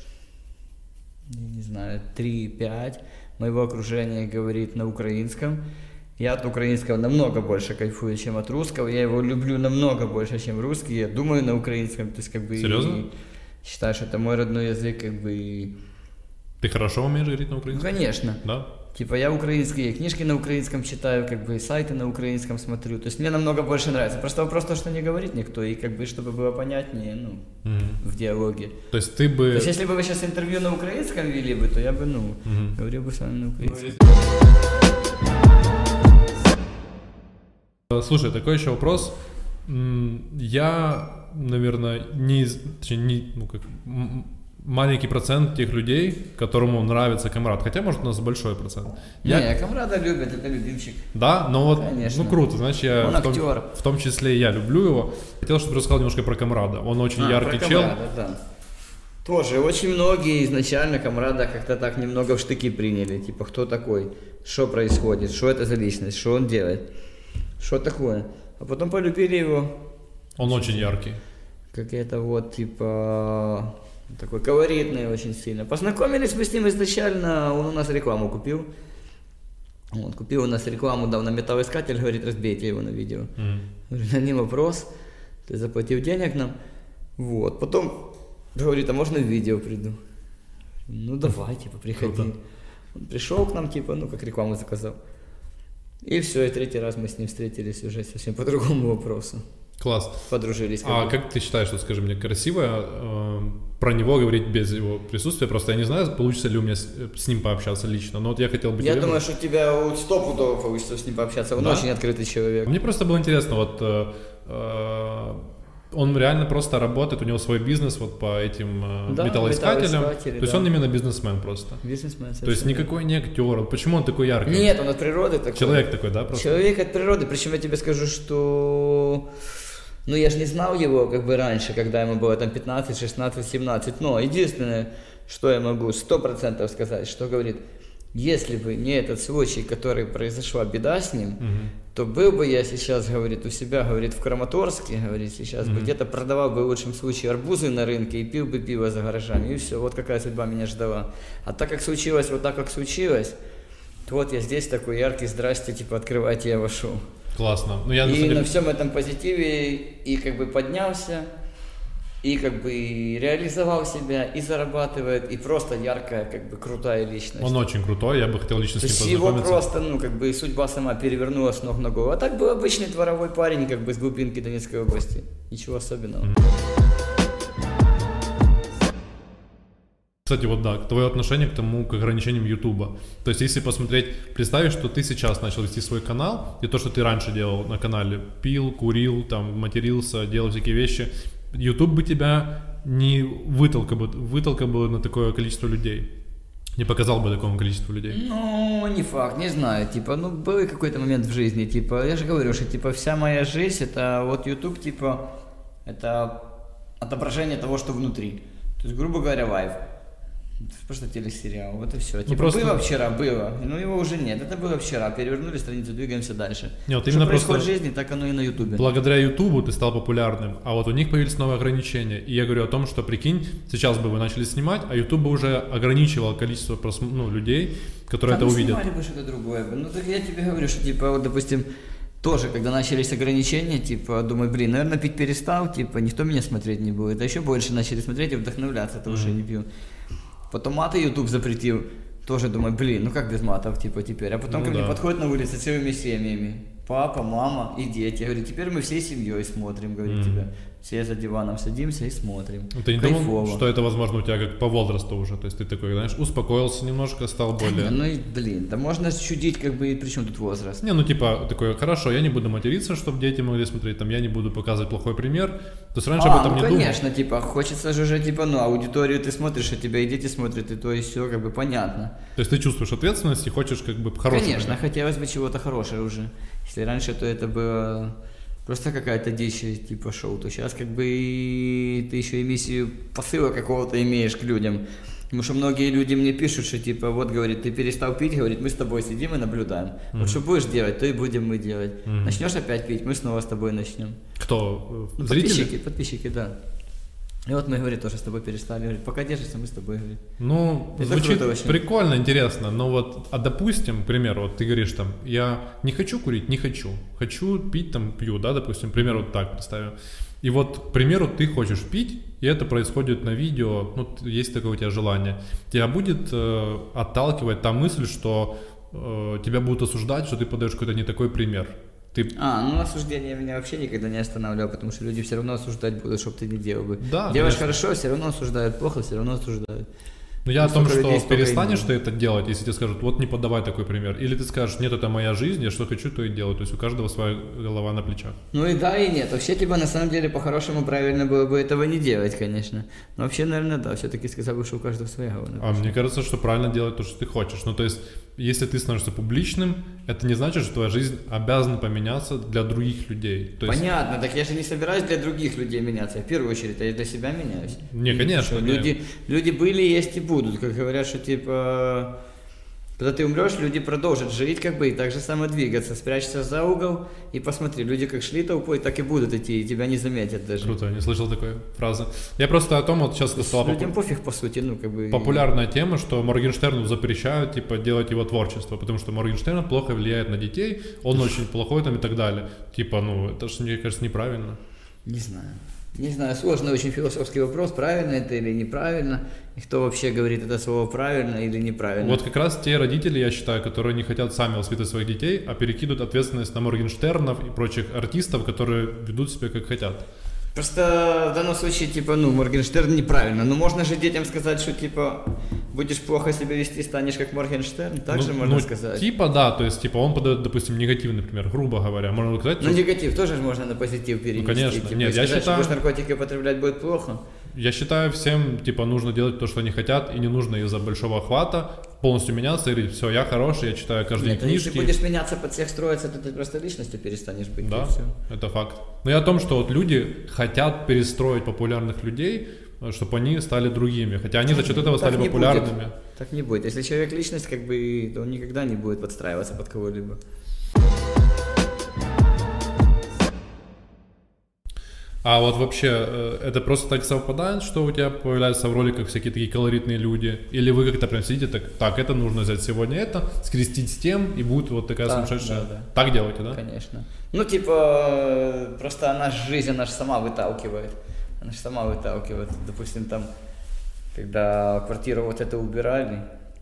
не знаю, три-пять моего окружения говорит на украинском. Я от украинского намного больше кайфую, чем от русского. Я его люблю намного больше, чем русский. Я думаю на украинском. То есть, как бы... Серьезно? Считаю, что это мой родной язык, как бы... Ты хорошо умеешь говорить на украинском? Ну, конечно. Да? Типа я украинские книжки на украинском читаю, как бы сайты на украинском смотрю. То есть мне намного больше нравится. Просто вопрос то, что не говорит никто. И как бы, чтобы было понятнее, ну, mm-hmm. в диалоге. То есть ты бы... То есть если бы вы сейчас интервью на украинском вели бы, то я бы, ну, mm-hmm. говорил бы с вами на украинском. Слушай, такой еще вопрос. Я, наверное, не, не ну, как, маленький процент тех людей, которому нравится Камрад. Хотя, может, у нас большой процент. Я... Не, Камрада любят, это любимчик. Да, но вот, конечно. ну круто, значит, я Он в том, актер. в том числе и я люблю его. Хотел, чтобы ты рассказал немножко про Камрада. Он очень а, яркий про чел. Камрада, да. Тоже очень многие изначально Камрада как-то так немного в штыки приняли. Типа, кто такой, что происходит, что это за личность, что он делает. Что такое? А потом полюбили его. Он очень яркий. Как это вот, типа, такой колоритный очень сильно. Познакомились мы с ним изначально, он у нас рекламу купил. Вот, купил у нас рекламу, дал на металлоискатель, говорит, разбейте его на видео. Mm. Говорю, не вопрос, ты заплатил денег нам. Вот, потом говорит, а можно в видео приду? Ну давай, типа, приходи. Круто. Он пришел к нам, типа, ну как рекламу заказал. И все, и третий раз мы с ним встретились уже совсем по другому вопросу. Класс. Подружились. А бы. Как ты считаешь, что, скажи мне, красиво э, про него говорить без его присутствия? Просто я не знаю, получится ли у меня с, с ним пообщаться лично, но вот я хотел бы... Я тебе... думаю, что у тебя стопудово получится с ним пообщаться, он да? очень открытый человек. Мне просто было интересно, вот... Э, э, Он реально просто работает, у него свой бизнес вот по этим э, да, металлоискателям. То есть да. он именно бизнесмен просто. Бизнесмен. То есть никакой не актер. Почему он такой яркий? Нет, он от природы такой. Человек такой, да, просто? Человек от природы. Причем я тебе скажу, что... Ну, я же не знал его как бы раньше, когда ему было там пятнадцать, шестнадцать, семнадцать. Но единственное, что я могу сто процентов сказать, что говорит... Если бы не этот случай, который произошла беда с ним, uh-huh. то был бы я сейчас, говорит, у себя, говорит, в Краматорске, говорит, сейчас uh-huh. бы где-то продавал бы в лучшем случае арбузы на рынке и пил бы пиво за гаражами, и все, вот какая судьба меня ждала. А так как случилось вот так, как случилось, то вот я здесь такой яркий, здрасте, типа, открывайте, я вошел. Классно. Ну, я, на и деле... на всем этом позитиве и как бы поднялся, и как бы реализовал себя, и зарабатывает, и просто яркая, как бы крутая личность. Он очень крутой, я бы хотел лично то с ним его познакомиться. просто, ну, как бы судьба сама перевернула с ног на голову. А так был обычный дворовой парень, как бы с глубинки Донецкой области. Ничего особенного. Кстати, вот да, твое отношение к тому, к ограничениям Ютуба. То есть, если посмотреть, представить, что ты сейчас начал вести свой канал, и то, что ты раньше делал на канале, пил, курил, там, матерился, делал всякие вещи, YouTube бы тебя не вытолкал бы, вытолкал бы на такое количество людей, не показал бы такому количеству людей. Ну, не факт, не знаю, типа, ну, был какой-то момент в жизни, типа, я же говорю, что, типа, вся моя жизнь, это вот YouTube, типа, это отображение того, что внутри. То есть, грубо говоря, лайв. Просто телесериал, вот и все. Ну, типа, просто... было вчера, было, но его уже нет. Это было вчера, перевернули страницу, двигаемся дальше. Не, вот что именно происходит в жизни, так оно и на Ютубе. Благодаря Ютубу ты стал популярным, а вот у них появились новые ограничения. И я говорю о том, что, прикинь, сейчас бы вы начали снимать, а Ютуб бы уже ограничивал количество просм... ну, людей, которые а это мы увидят. Снимали бы что-то другое. Ну так я тебе говорю, что типа, вот, допустим, тоже, когда начались ограничения, типа, думаю, блин, наверное, пить перестал, типа, никто меня смотреть не будет. А еще больше начали смотреть и вдохновляться, это mm-hmm. уже не пью. Потом маты YouTube запретил, тоже думаю, блин, ну как без матов, типа, теперь. А потом ну, ко да. мне подходят на улице целыми семьями. Папа, мама и дети. Я говорю, теперь мы всей семьей смотрим, говорит mm. тебя. Все за диваном садимся и смотрим. Ты не Кайфово. думал, что это, возможно, у тебя как по возрасту уже? То есть ты такой, знаешь, успокоился немножко, стал более... Да, ну и, блин, да можно чудить, как бы, при чем тут возраст? Не, ну типа, такой, хорошо, я не буду материться, чтобы дети могли смотреть, там, я не буду показывать плохой пример. То есть раньше а, об этом ну, не конечно, думал. типа, хочется же уже, типа, ну, аудиторию ты смотришь, а тебя и дети смотрят, и то, и все, как бы, понятно. То есть ты чувствуешь ответственность и хочешь, как бы, хорошего. Конечно, пример. хотелось бы чего-то хорошего уже. Если раньше, то это было... Просто какая-то дичь, типа, шоу, то сейчас как бы ты еще и миссию посыла какого-то имеешь к людям. Потому что многие люди мне пишут, что типа, вот, говорит, ты перестал пить, говорит, мы с тобой сидим и наблюдаем. Mm-hmm. Вот что будешь делать, то и будем мы делать. Mm-hmm. Начнешь опять пить, мы снова с тобой начнем. Кто? Ну, зрители? Подписчики, подписчики, да. И вот мы, говорит, тоже с тобой перестали. Говорит, пока держишься, мы с тобой, говорит. Ну, это звучит прикольно, интересно, но вот, а допустим, к примеру, вот ты говоришь там, я не хочу курить, не хочу, хочу пить, там, пью, да, допустим, к примеру, вот так представим. И вот, к примеру, ты хочешь пить, и это происходит на видео, ну, есть такое у тебя желание. Тебя будет э, отталкивать та мысль, что э, тебя будут осуждать, что ты подаешь какой-то не такой пример. Ты... А, ну осуждение меня вообще никогда не останавливало, потому что люди все равно осуждать будут, чтобы ты не делал бы. Да, делаешь конечно. Хорошо, все равно осуждают, плохо, все равно осуждают. Но я ну, о том, что людей, перестанешь ты это делать, если тебе скажут, вот не подавай такой пример. Или ты скажешь, нет, это моя жизнь, я что хочу, то и делаю. То есть у каждого своя голова на плечах. Ну и да, и нет. Вообще, типа, на самом деле, по-хорошему, правильно было бы этого не делать, конечно. Но вообще, наверное, да, все-таки сказал бы, что у каждого своя голова на плечах. А мне кажется, что правильно делать то, что ты хочешь. Ну то есть, если ты становишься публичным, это не значит, что твоя жизнь обязана поменяться для других людей. То есть... Понятно, так я же не собираюсь для других людей меняться. В первую очередь, я для себя меняюсь. Не, конечно. Что, люди, люди были, есть и будут. Как говорят, что типа, когда ты умрешь, люди продолжат жить, как бы, и так же само двигаться. Спрячься за угол и посмотри. Люди как шли толпой, так и будут идти, и тебя не заметят даже. Круто, я не слышал такой фразы. Я просто о том, вот сейчас это стало людям попу... пофиг, по сути, ну, как бы... популярная тема, что Моргенштерну запрещают, типа, делать его творчество, потому что Моргенштерн плохо влияет на детей, он очень плохой там и так далее. Типа, ну, это же, мне кажется, неправильно. Не знаю. Не знаю, сложный очень философский вопрос, правильно это или неправильно, и кто вообще говорит это слово правильно или неправильно. Вот как раз те родители, я считаю, которые не хотят сами воспитывать своих детей, а перекидывают ответственность на Моргенштернов и прочих артистов, которые ведут себя как хотят. Просто в данном случае, типа, ну, Моргенштерн неправильно. Но можно же детям сказать, что, типа, будешь плохо себя вести, станешь как Моргенштерн. Так ну, же можно ну, сказать. Типа, да, то есть, типа, он подает, допустим, негативный пример, грубо говоря. Можно сказать, Ну, что... негатив тоже можно на позитив перенести. Ну, конечно. Типа, Нет, я сказать, считаю... что будешь наркотики употреблять, будет плохо. Я считаю, всем, типа, нужно делать то, что они хотят, и не нужно из-за большого охвата полностью меняться и говорить, все, я хороший, я читаю каждый Нет, книжки. если будешь меняться, под всех строиться, то ты просто личностью перестанешь быть. Да, это факт. Но я о том, что вот люди хотят перестроить популярных людей, чтобы они стали другими, хотя они за счет этого так стали не популярными. Будет. Так не будет. Если человек личность, как бы, то он никогда не будет подстраиваться под кого-либо. А вот вообще, это просто так совпадает, что у тебя появляются в роликах всякие такие колоритные люди? Или вы как-то прям сидите так, так, это нужно взять сегодня это, скрестить с тем, и будет вот такая да, сумасшедшая? Да, да. Так делаете, да? Конечно. Ну, типа, просто она жизнь, она же сама выталкивает. Она же сама выталкивает. Допустим, там, когда квартиру вот эту убирали,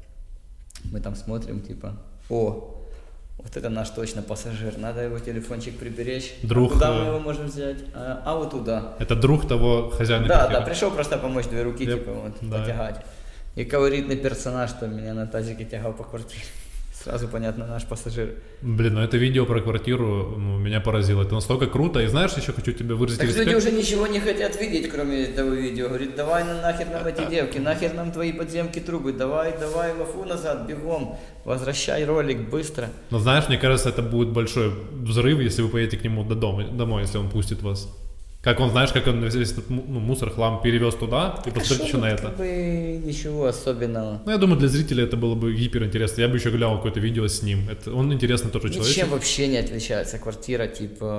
мы там смотрим, типа, о, вот это наш точно пассажир, надо его телефончик приберечь. Друг, а куда мы его можем взять? А, а вот туда. Это друг того хозяина Да, квартиры. да, пришел просто помочь две руки, Я... типа, вот, да. потягать. И колоритный персонаж, что меня на тазике тягал по квартире. Сразу понятно, наш пассажир. Блин, ну это видео про квартиру ну, меня поразило. Это настолько круто. И знаешь, еще хочу тебе выразить так респект. люди уже ничего не хотят видеть, кроме этого видео. Говорит, давай на нахер нам эти девки, нахер нам твои подземки трубы, давай, давай лафу назад, бегом, возвращай ролик быстро. Но знаешь, мне кажется, это будет большой взрыв, если вы поедете к нему до дома, домой, если он пустит вас. Как он, знаешь, как он весь этот ну, мусор, хлам перевез туда, и посмотрите еще на это. Как бы ничего особенного. Ну, я думаю, для зрителей это было бы гиперинтересно. Я бы еще глянул какое-то видео с ним. Это, он интересный тоже человек. Ничем вообще не отличается квартира,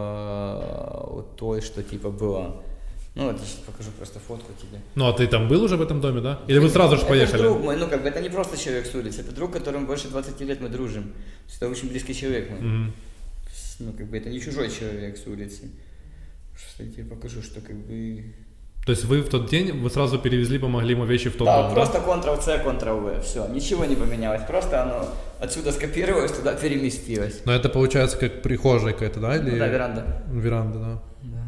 типа, от той, что, типа, была. Ну, вот я сейчас покажу просто фотку тебе. Ну, а ты там был уже в этом доме, да? Или вы сразу же поехали? Это друг мой, ну, как бы, это не просто человек с улицы, это друг, которым больше двадцати лет мы дружим. То есть это очень близкий человек мой. Mm-hmm. Ну, как бы, это не чужой человек с улицы. Что я тебе покажу, что как бы... То есть вы в тот день, вы сразу перевезли, помогли ему вещи в тот да, дом, просто да? контрол-C, контрол-V, все, ничего не поменялось, просто оно отсюда скопировалось, туда переместилось. Но это получается как прихожая какая-то, да? Или... Ну, да, веранда. Веранда, да.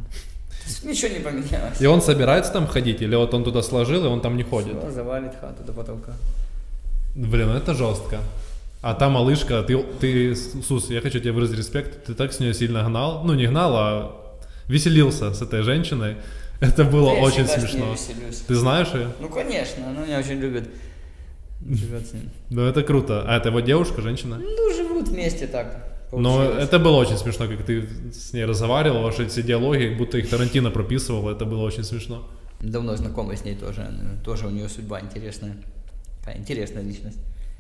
Да. Ничего не поменялось. И он собирается там ходить, или вот он туда сложил, и он там не ходит? Все, завалит хату до потолка. Блин, ну это жестко. А та малышка, ты, ты, Сус, я хочу тебе выразить респект, ты так с нее сильно гнал, ну не гнал, а веселился с этой женщиной. Это было я очень смешно. Ты знаешь ее? Ну конечно, она меня очень любит. Живет с ним. Ну это круто. А это его девушка, женщина? Ну живут вместе так. Но это было очень смешно, как ты с ней разговаривал, ваши все диалоги, будто их Тарантино прописывал, это было очень смешно. Давно знакомый с ней тоже, тоже у нее судьба интересная. Такая интересная личность.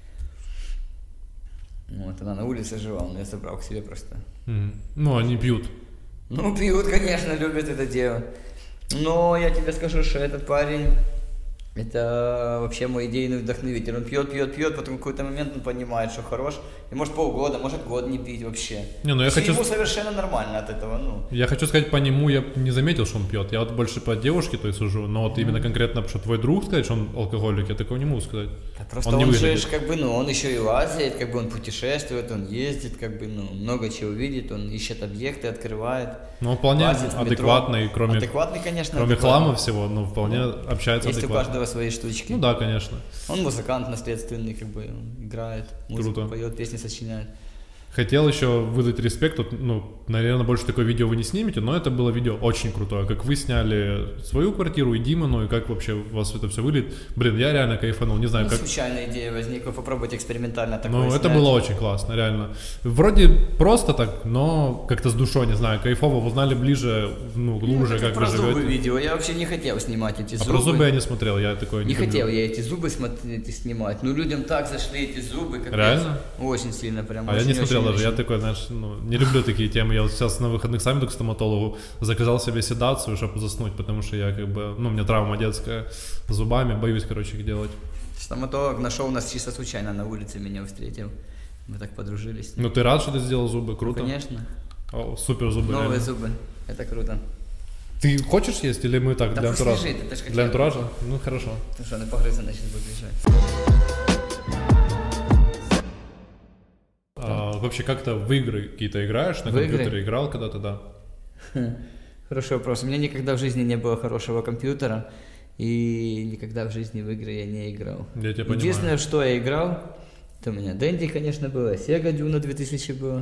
Вот, она на улице жила, он ее забрал к себе просто. Mm. Ну, они пьют. Ну, пьют, конечно, любят это дело. Но я тебе скажу, что этот парень, это вообще мой идейный вдохновитель. Он пьет, пьет, пьет, потом в какой-то момент он понимает, что хорош. И может полгода, может год не пить вообще. Не, ну я хочу... Ему совершенно нормально от этого, ну. Я хочу сказать, по нему я не заметил, что он пьет. Я вот больше по девушке то есть сужу, но вот mm-hmm. именно конкретно, что твой друг сказать, что он алкоголик, я такого не могу сказать. Да просто он, он не же, выглядит. как бы, ну, он еще и лазит, как бы он путешествует, он ездит, как бы, ну, много чего видит, он ищет объекты, открывает. Ну, он вполне лазит адекватный, кроме, адекватный, конечно, кроме адекватный. хлама всего, но вполне ну, общается есть адекватно. у каждого свои штучки. Ну да, конечно. Он музыкант наследственный, как бы, он играет, музыку Круто. поет, песни сочиняет. Хотел еще выдать респект, вот, ну, наверное, больше такое видео вы не снимете, но это было видео очень крутое, как вы сняли свою квартиру и Димону, и как вообще у вас это все выглядит. Блин, я реально кайфанул, не знаю, ну, как... случайная идея возникла, попробовать экспериментально такое Ну, снять. это было очень классно, реально. Вроде просто так, но как-то с душой, не знаю, кайфово, узнали ближе, ну, глубже, ну, как про вы зубы живете. видео, я вообще не хотел снимать эти А зубы. про зубы я не смотрел, я такое не Не люблю. хотел я эти зубы смотреть и снимать, но людям так зашли эти зубы, как Реально? очень сильно прям. А очень, я не смотрел очень, даже, очень. я такой, знаешь, ну, не люблю такие темы. Я вот сейчас на выходных сам иду к стоматологу, заказал себе седацию, чтобы заснуть, потому что я как бы, ну, у меня травма детская с зубами, боюсь, короче, их делать. Стоматолог нашел нас чисто случайно на улице, меня встретил. Мы так подружились. Ну, ты рад, что ты сделал зубы? Круто? Ну, конечно. О, супер зубы. Новые реально. зубы, это круто. Ты хочешь есть или мы так, Да для пусть антуража? лежит, это ж как Для я. антуража? Ну, хорошо. Ну что, она погрызана сейчас будет лежать. А, вообще, как-то в игры какие-то играешь? На В компьютере игры? играл когда-то, да? Хороший вопрос. У меня никогда в жизни не было хорошего компьютера, и никогда в жизни в игры я не играл. Я тебя понимаю. Единственное, что я играл, это у меня Dendy, конечно, было, Sega Duna две тысячи было.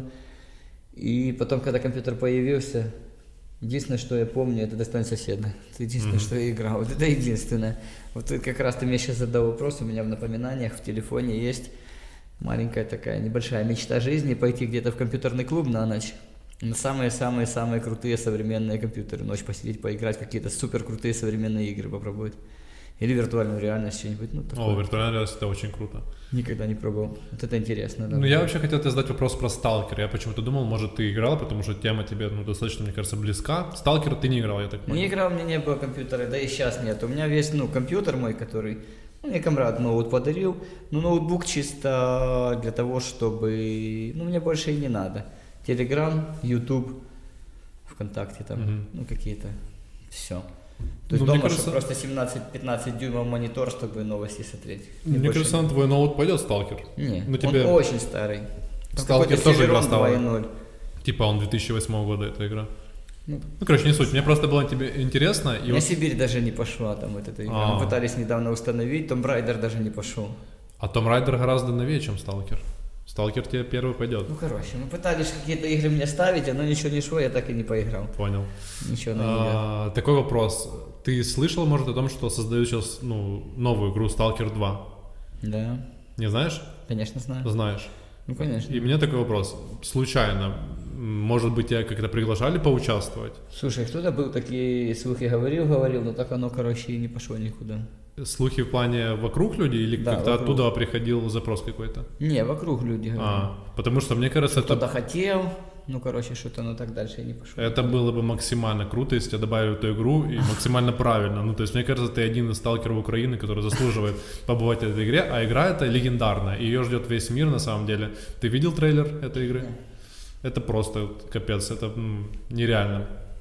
И потом, когда компьютер появился, единственное, что я помню, это «Достань соседа». Это единственное, mm-hmm. что я играл. Вот это единственное. Вот как раз ты мне сейчас задал вопрос, у меня в напоминаниях в телефоне есть маленькая такая небольшая мечта жизни, пойти где-то в компьютерный клуб на ночь. На самые-самые-самые крутые современные компьютеры. Ночь посидеть, поиграть, какие-то супер крутые современные игры попробовать. Или виртуальную реальность, что-нибудь. Ну, О, виртуальная реальность — это очень круто. Никогда не пробовал. Вот это интересно, да. Ну, я вообще хотел тебе задать вопрос про Сталкер. Я почему-то думал, может, ты играл, потому что тема тебе, ну, достаточно, мне кажется, близка. Сталкер ты не играл, я так понял. Не играл, у меня не было компьютера, да и сейчас нет. У меня весь, ну, компьютер мой, который... Ну, мне комрад ноут подарил. Ну, ноутбук чисто для того, чтобы... Ну, мне больше и не надо. Телеграм, Ютуб, ВКонтакте там, угу. ну, какие-то... Все. То есть ну, дома кажется... просто семнадцать-пятнадцать дюймов монитор, чтобы новости смотреть. Мне, мне кажется, на твой ноут пойдет Сталкер. Не, ну, тебе... он очень старый. Там Сталкер тоже игра стала. два ноль. Типа он две тысячи восьмого года эта игра. Ну, ну короче, не суть. Мне просто было тебе интересно. И у меня вот... Сибирь даже не пошла там вот эта игра. А-а-а. Мы пытались недавно установить, Tomb Raider даже не пошел. А Tomb Raider гораздо новее, чем Сталкер. Сталкер тебе первый пойдет. Ну, короче, мы пытались какие-то игры мне ставить, но ничего не шло, я так и не поиграл. Понял. Ничего не а, Такой вопрос. Ты слышал, может, о том, что создают сейчас, ну, новую игру Сталкер два? Да. Не знаешь? Конечно, знаю. Знаешь. Ну, конечно. И мне такой вопрос. Случайно, может быть, тебя как-то приглашали поучаствовать? Слушай, кто-то был такие слухи, говорил, говорил, но так оно, короче, и не пошло никуда. Слухи в плане вокруг людей или да, как-то вокруг. Оттуда приходил запрос какой-то? Не, вокруг люди говорят. А, потому что мне кажется, кто-то это... хотел, ну, короче, что-то, но так дальше и не пошло. Это было бы максимально круто, если тебя добавили в эту игру, и максимально правильно. Ну, то есть, мне кажется, ты один из сталкеров Украины, который заслуживает побывать в этой игре, а игра эта легендарная, ее ждет весь мир на самом деле. Ты видел трейлер этой игры? Это просто капец, это м, нереально.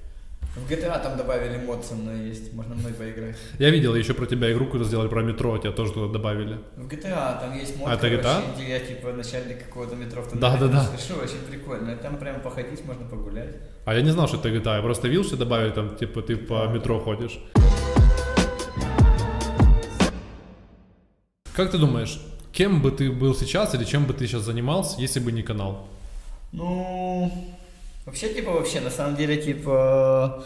В джи ти эй там добавили мод со мной есть, можно мной поиграть. Я видел еще про тебя игру, которую сделали про метро, тебя тоже туда добавили. В джи ти эй там есть мод, а короче, это где я типа начальник какого-то метро. Да, да, да. Что, очень прикольно, там прям походить можно, погулять. А я не знал, что это джи ти эй, я просто видел, что добавили там, типа ты по да. метро ходишь. Как ты думаешь, кем бы ты был сейчас или чем бы ты сейчас занимался, если бы не канал? Ну... Вообще, типа, вообще, на самом деле, типа,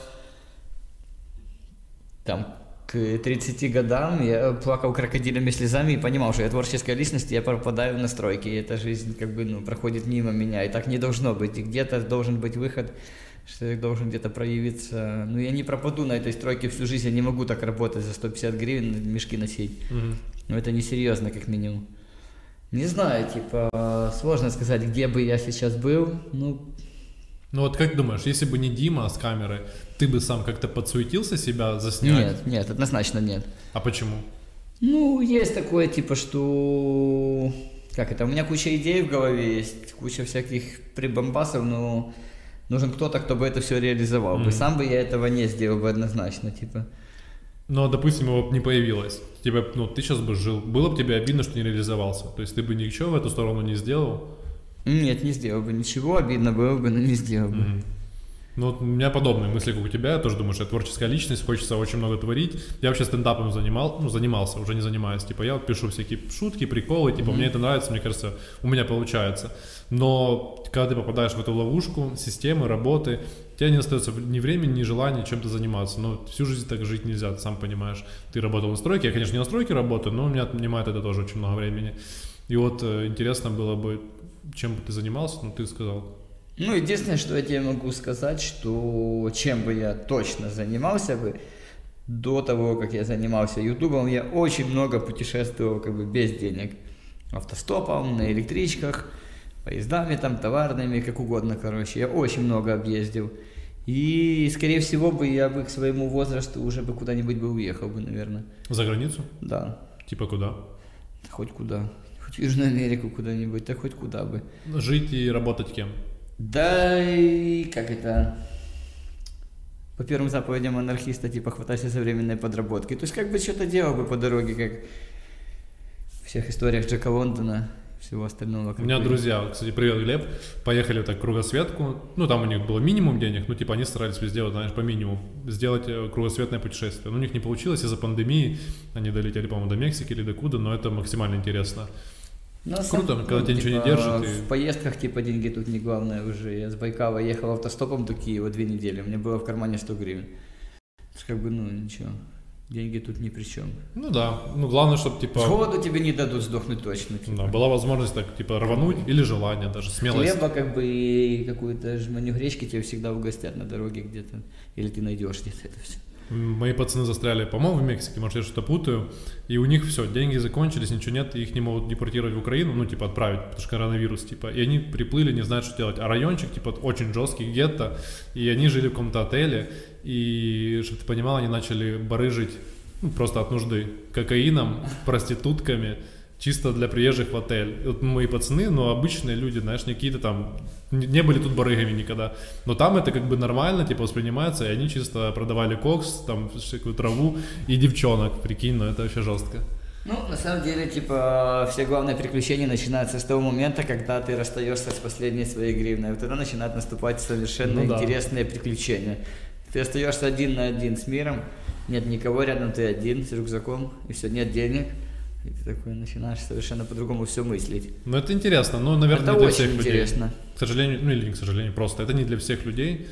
там, к тридцати годам я плакал крокодилями слезами и понимал, что я творческая личность, и я пропадаю в настройке, и эта жизнь, как бы, ну, проходит мимо меня, и так не должно быть, и где-то должен быть выход, что я должен где-то проявиться. Ну, я не пропаду на этой стройке всю жизнь, я не могу так работать за сто пятьдесят гривен, мешки носить. Mm-hmm. Ну, это несерьезно, как минимум. Не знаю, типа, сложно сказать, где бы я сейчас был, ну... Ну вот как думаешь, если бы не Дима с камерой, ты бы сам как-то подсуетился себя заснять? Нет, нет, однозначно нет. А почему? Ну, есть такое, типа, что... Как это? У меня куча идей в голове есть, куча всяких прибамбасов, но нужен кто-то, кто бы это все реализовал mm-hmm. бы. Сам бы я этого не сделал бы однозначно, типа. Но, допустим, его бы не появилось. Тебе, ну, ты сейчас бы жил. Было бы тебе обидно, что не реализовался? То есть ты бы ничего в эту сторону не сделал? Нет, не сделал бы ничего, обидно было бы, но не сделал бы. Mm-hmm. Ну, вот у меня подобные мысли, как у тебя, я тоже думаю, что я творческая личность, хочется очень много творить. Я вообще стендапом занимал, ну, занимался, уже не занимаюсь. Типа, я вот пишу всякие шутки, приколы, типа, mm-hmm. мне это нравится, мне кажется, у меня получается. Но когда ты попадаешь в эту ловушку системы, работы, у тебя не остается ни времени, ни желания чем-то заниматься. Но всю жизнь так жить нельзя, ты сам понимаешь. Ты работал на стройке, я, конечно, не на стройке работаю, но у меня отнимает это тоже очень много времени. И вот э, интересно было бы, чем бы ты занимался, ну, ты сказал. Ну, единственное, что я тебе могу сказать, что чем бы я точно занимался бы, до того, как я занимался ютубом, я очень много путешествовал как бы без денег. Автостопом, на электричках, поездами там, товарными, как угодно, короче. Я очень много объездил. И, скорее всего, бы я бы к своему возрасту уже бы куда-нибудь бы уехал бы, наверное. За границу? Да. Типа куда? Хоть куда. Хоть в Южную Америку куда-нибудь, да хоть куда бы. Жить и работать кем? Да, и как это, по первым заповедям анархиста, типа, хватайся современной подработки. То есть, как бы, что-то делал бы по дороге, как в всех историях Джека Лондона, всего остального. У меня бы... друзья, кстати, привет, Глеб, поехали так в кругосветку, ну там у них было минимум денег, ну типа они старались везде, вот, знаешь, по минимуму сделать кругосветное путешествие. Но у них не получилось из-за пандемии, они долетели, по-моему, до Мексики или до куда, но это максимально интересно. Ну, круто, сам, когда ну, тебя типа, ничего не держит. В и... поездках, типа, деньги тут не главное уже. Я с Байкала ехал автостопом до Киева две недели, у меня было в кармане сто гривен. Как бы, ну, ничего. Деньги тут ни при чем. Ну да, ну главное, чтобы типа... С голоду тебе не дадут сдохнуть точно. Типа. Да, была возможность так типа рвануть или желание даже, смелость. Хлеба как бы и какую-то жменю гречки тебе всегда угостят на дороге где-то. Или ты найдешь где-то это все. Мои пацаны застряли, по-моему, в Мексике, может я что-то путаю, и у них все, деньги закончились, ничего нет, их не могут депортировать в Украину, ну типа отправить, потому что коронавирус, типа, и они приплыли, не знают, что делать. А райончик, типа, очень жесткий гетто, и они жили в каком-то отеле, и, чтобы ты понимал, они начали барыжить, ну, просто от нужды, кокаином, проститутками, чисто для приезжих в отель. И вот мои пацаны, ну, обычные люди, знаешь, не какие-то там, не были тут барыгами никогда, но там это как бы нормально, типа, воспринимается, и они чисто продавали кокс, там, всякую траву и девчонок, прикинь, ну, это вообще жестко. Ну, на самом деле, типа, все главные приключения начинаются с того момента, когда ты расстаешься с последней своей гривной, вот тогда начинают наступать совершенно ну, интересные да. приключения. Ты остаешься один на один с миром, нет никого рядом, ты один с рюкзаком, и все, нет денег. И ты такой начинаешь совершенно по-другому все мыслить. Ну это интересно, но, наверное, это не для очень всех интересно. людей. К сожалению, ну или не к сожалению, просто это не для всех людей.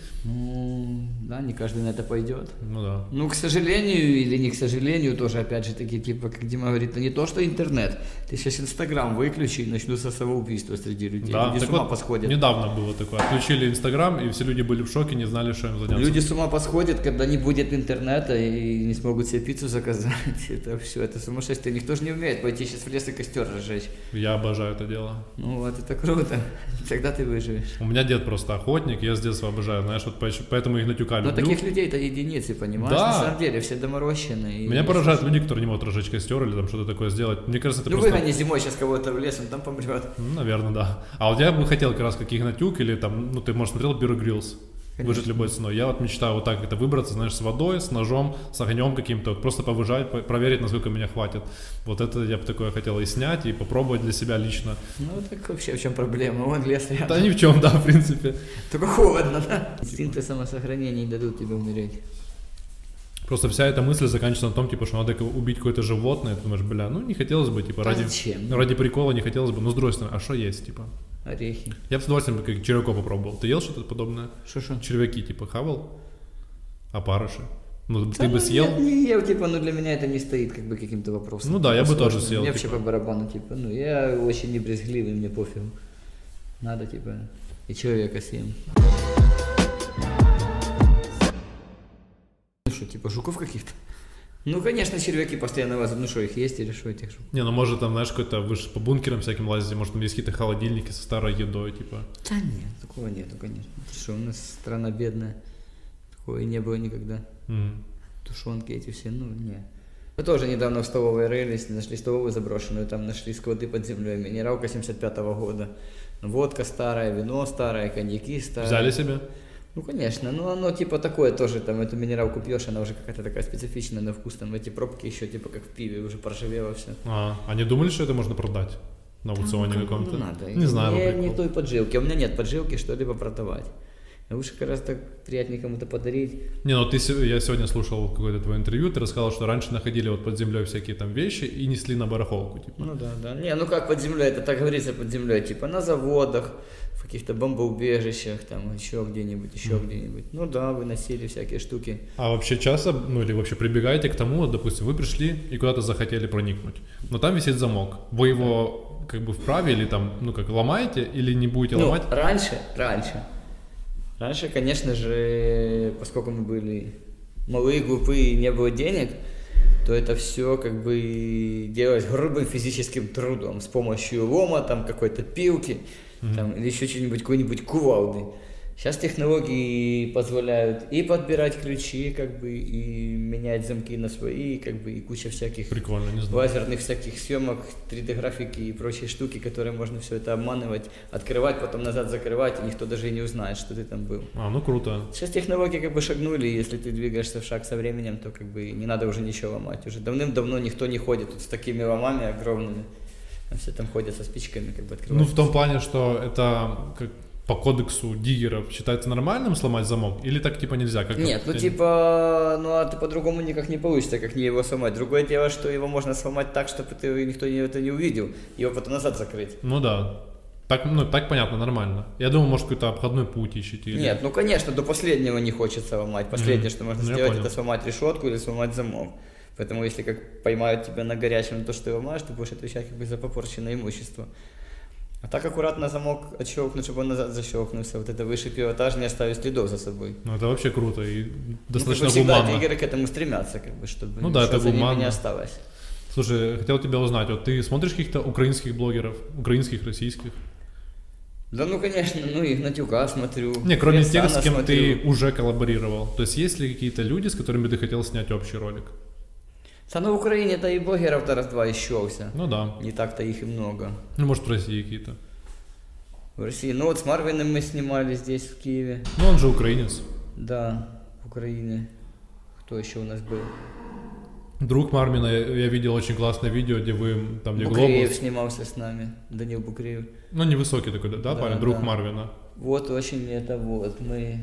Ну, да, не каждый на это пойдет. Ну да. Ну, к сожалению или не к сожалению, тоже опять же таки, типа, как Дима говорит, это не то, что интернет. Ты сейчас Инстаграм выключи и начнутся самоубийства среди людей. Да, люди так с ума вот посходят. Недавно было такое. Отключили Инстаграм, и все люди были в шоке, не знали, что им заняться. Люди с ума посходят, когда не будет интернета и не смогут себе пиццу заказать. Это все, это сумасшествие. Никто же не умеет пойти сейчас в лес и костер разжечь. Я обожаю это дело. Ну вот, это круто. Тогда ты выживешь. У меня дед просто охотник, я с детства обожаю, знаешь, вот поэтому Игнатюка люблю. Но таких людей-то единицы, понимаешь? Да. На самом деле, все доморощенные. Меня поражают люди, которые не могут разжечь костер или там что-то такое сделать. Мне кажется, это ну, просто... Ну выгони зимой сейчас кого-то в лес, он там помрет. Ну, наверное, да. А вот я бы хотел как раз как Игнатюк или там, ну ты, может, смотрел Bear Grylls? Выжить любой ценой. Я вот мечтаю вот так это выбраться, знаешь, с водой, с ножом, с огнем каким-то, вот просто повыжать, по- проверить, насколько меня хватит. Вот это я бы такое хотел и снять, и попробовать для себя лично. Ну так вообще в чем проблема? Вон лес рядом. Да ни в чем, да, в принципе. Только холодно, да? Инстинкты самосохранения не дадут тебе умереть. Просто вся эта мысль заканчивается на том, типа, что надо убить какое-то животное. Ты думаешь, бля, ну не хотелось бы, типа, да ради, зачем? ради прикола не хотелось бы. Но с другой стороны, а что есть, типа? Орехи. Я бы с удовольствием как червяков попробовал. Ты ел что-то подобное? Что-что? Червяки, типа, хавал? Опарыши? Ну, да, ты бы съел? Нет, не ел, типа, ну для меня это не стоит как бы каким-то вопросом. Ну да, я бы сложным. тоже съел. Мне типа. вообще по барабану, типа, ну я очень не брезгливый, мне пофиг. Надо, типа, и человека съем. Ну что, типа, жуков каких-то? Ну, конечно, червяки постоянно лазят. Ну что, их есть или что этих жуков? Не, ну может там, знаешь, какой-то, вы же по бункерам всяким лазите, может там есть какие-то холодильники со старой едой, типа. Да нет, такого нету, конечно. Ты что, у нас страна бедная. Такого и не было никогда. Mm. Тушенки эти все, ну, не. Мы тоже недавно в столовой рылись, нашли столовую заброшенную, там нашли склады под землей, минералка семьдесят пятого года. Водка старая, вино старое, коньяки старые. Взяли себе? Ну, конечно, ну оно типа такое тоже, там эту минералку пьешь, она уже какая-то такая специфичная на вкус, там эти пробки еще типа как в пиве, уже поржавело все. А, они думали, что это можно продать на аукционе ну, каком-то? Ну, надо. Не знаю. Не, не той поджилки, у меня нет поджилки, что-либо продавать. Лучше как раз так приятнее кому-то подарить. Не, ну ты, я сегодня слушал какое-то твое интервью, ты рассказал, что раньше находили вот под землей всякие там вещи и несли на барахолку, типа. Ну да, да. Не, ну как под землей, это так говорится под землей, типа на заводах, в каких-то бомбоубежищах, там еще где-нибудь, еще mm. где-нибудь. Ну да, выносили всякие штуки. А вообще часто, ну или вообще прибегаете к тому, вот, допустим, вы пришли и куда-то захотели проникнуть, но там висит замок, вы его как бы вправе или там, ну как, ломаете или не будете ну, ломать? раньше, раньше. Раньше, конечно же, поскольку мы были малые, глупые и не было денег, то это все как бы делалось грубым физическим трудом с помощью лома, там какой-то пилки, mm-hmm. там, или еще что-нибудь, какой-нибудь кувалды. Сейчас технологии позволяют и подбирать ключи, как бы, и менять замки на свои, как бы, и куча всяких Прикольно, не знаю. лазерных всяких съемок, три дэ графики и прочие штуки, которые можно все это обманывать, открывать, потом назад закрывать, и никто даже и не узнает, что ты там был. А, ну круто. Сейчас технологии как бы шагнули, и если ты двигаешься в шаг со временем, то как бы не надо уже ничего ломать. Уже давным-давно никто не ходит тут с такими ломами огромными. А все там ходят со спичками, как бы открывают. Ну, в том плане, что это как по кодексу диггеров считается нормальным сломать замок? Или так типа нельзя? Как Нет, ну ты... типа, ну а ты по-другому никак не получится, как не его сломать. Другое дело, что его можно сломать так, чтобы ты, никто это не увидел, его потом назад закрыть. Ну да. Так, ну, так понятно, нормально. Я думал, может, какой-то обходной путь ищете. Или... Нет, ну конечно, до последнего не хочется ломать. Последнее, mm-hmm. что можно ну, сделать, это сломать решетку или сломать замок. Поэтому если как поймают тебя на горячем, то, что ты ломаешь, ты будешь отвечать как бы за попорченное имущество. А так аккуратно замок отщелкнуть, чтобы он назад защелкнулся. Вот это выше пилотаж, не оставить следов за собой. Ну это вообще круто и достаточно ну, как бы всегда гуманно. Игры к этому стремятся, как бы, чтобы ну, да, это за гуманно. ними не осталось. Слушай, хотел тебя узнать, вот ты смотришь каких-то украинских блогеров, украинских, российских? Да ну конечно, ну Игнатюка смотрю. Не, кроме тех, с кем смотрю. ты уже коллаборировал. То есть есть ли какие-то люди, с которыми ты хотел снять общий ролик? Да, ну в Украине-то и блогеров-то раз-два ищелся. Ну да. Не так-то их и много. Ну может в России какие-то. В России. Ну вот с Марвином мы снимали здесь, в Киеве. Ну он же украинец. Да, в Украине. Кто еще у нас был? Друг Марвина, я, я видел очень классное видео, где вы там, где Букреев глобус. снимался с нами, Данил Букреев. Ну невысокий такой, да, да парень, друг да. Марвина. Вот очень это вот, мы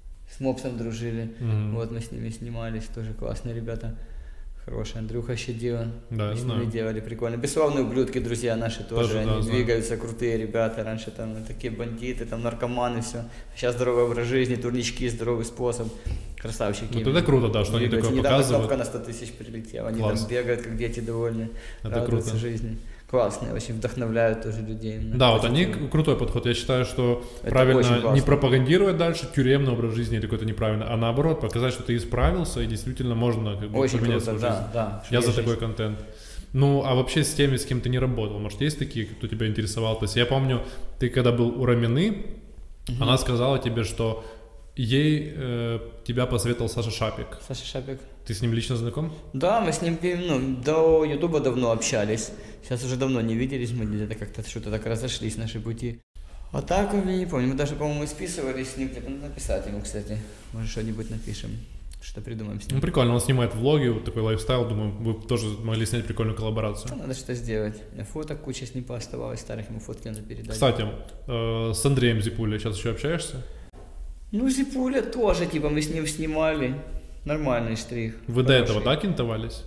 с Мопсом дружили, mm-hmm. вот мы с ними снимались, тоже классные ребята. Хороший Андрюха Щедила, да, мы с знаю. ними делали прикольно. Бесславные ублюдки, друзья наши тоже, тоже они да, двигаются, знаю. Крутые ребята. Раньше там такие бандиты, там наркоманы, все. Сейчас здоровый образ жизни, турнички, здоровый способ. Красавчики. Вот это круто, да, что двигаются. они такое Недавно показывают. кнопка на сто тысяч прилетела, они Класс. там бегают, как дети довольны, это радуются круто. жизни. Классные, очень вдохновляют тоже людей. Да, вот они крутой подход. Я считаю, что это правильно не пропагандировать дальше тюремный образ жизни или какой-то неправильно, а наоборот показать, что ты исправился и действительно можно как бы очень поменять круто, свою жизнь. Да, да, я за жизнь. такой контент. Ну, а вообще с теми, с кем ты не работал, может, есть такие, кто тебя интересовал? То есть я помню, ты когда был у Рамины, угу. она сказала тебе, что ей э, тебя посоветовал Саша Шапик. Саша Шапик. Ты с ним лично знаком? Да, мы с ним ну, до Ютуба давно общались. Сейчас уже давно не виделись, мы где-то как-то что-то так разошлись наши пути. А так, я не помню, мы даже, по-моему, списывались с ним, где-то надо написать ему, кстати. Может, что-нибудь напишем, что придумаем с ним. Ну, прикольно, он снимает влоги, вот такой лайфстайл, думаю, вы тоже могли снять прикольную коллаборацию. Ну, надо что сделать. Фоток куча с ним пооставалось, старых ему фотки надо передать. Кстати, э, с Андреем Зипулей сейчас еще общаешься? Ну, Зипуля тоже, типа, мы с ним снимали. Нормальный штрих. Вы хороший. до этого, да, кентовались?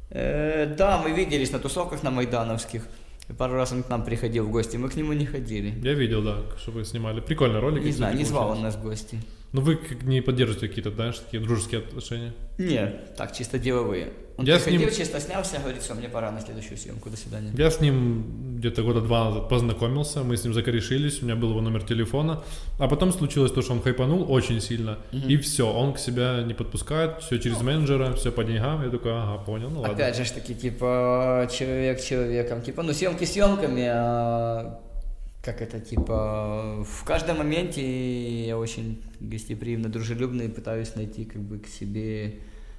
Э, да, мы виделись на тусовках на майдановских. Пару раз он к нам приходил в гости, мы к нему не ходили. Я видел, да, что вы снимали. Прикольный ролик. Не знаю, не звал он нас в гости. Ну вы не поддерживаете какие-то, знаешь, такие дружеские отношения? Нет, так, чисто деловые. Он я приходил, ним... чисто снялся, говорит, все, мне пора на следующую съемку, до свидания. Я с ним где-то года два назад познакомился, мы с ним закорешились, у меня был его номер телефона, а потом случилось то, что он хайпанул очень сильно, угу. и все, он к себя не подпускает, все через менеджера, все по деньгам, я такой, ага, понял, ну ладно. Опять же ж таки, типа, человек человеком, типа, ну съемки съемками, а... как это, типа, в каждом моменте я очень гостеприимно, дружелюбно и пытаюсь найти, как бы, к себе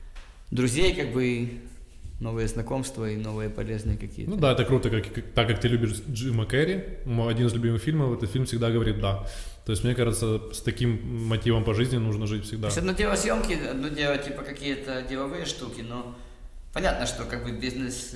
друзей, как бы, новые знакомства и новые полезные какие-то. Ну да, это круто, как, как, так как ты любишь Джима Керри, мой один из любимых фильмов, этот фильм всегда говорит «да». То есть, мне кажется, с таким мотивом по жизни нужно жить всегда. То есть, одно дело съемки, одно дело, типа, какие-то деловые штуки, но понятно, что, как бы, бизнес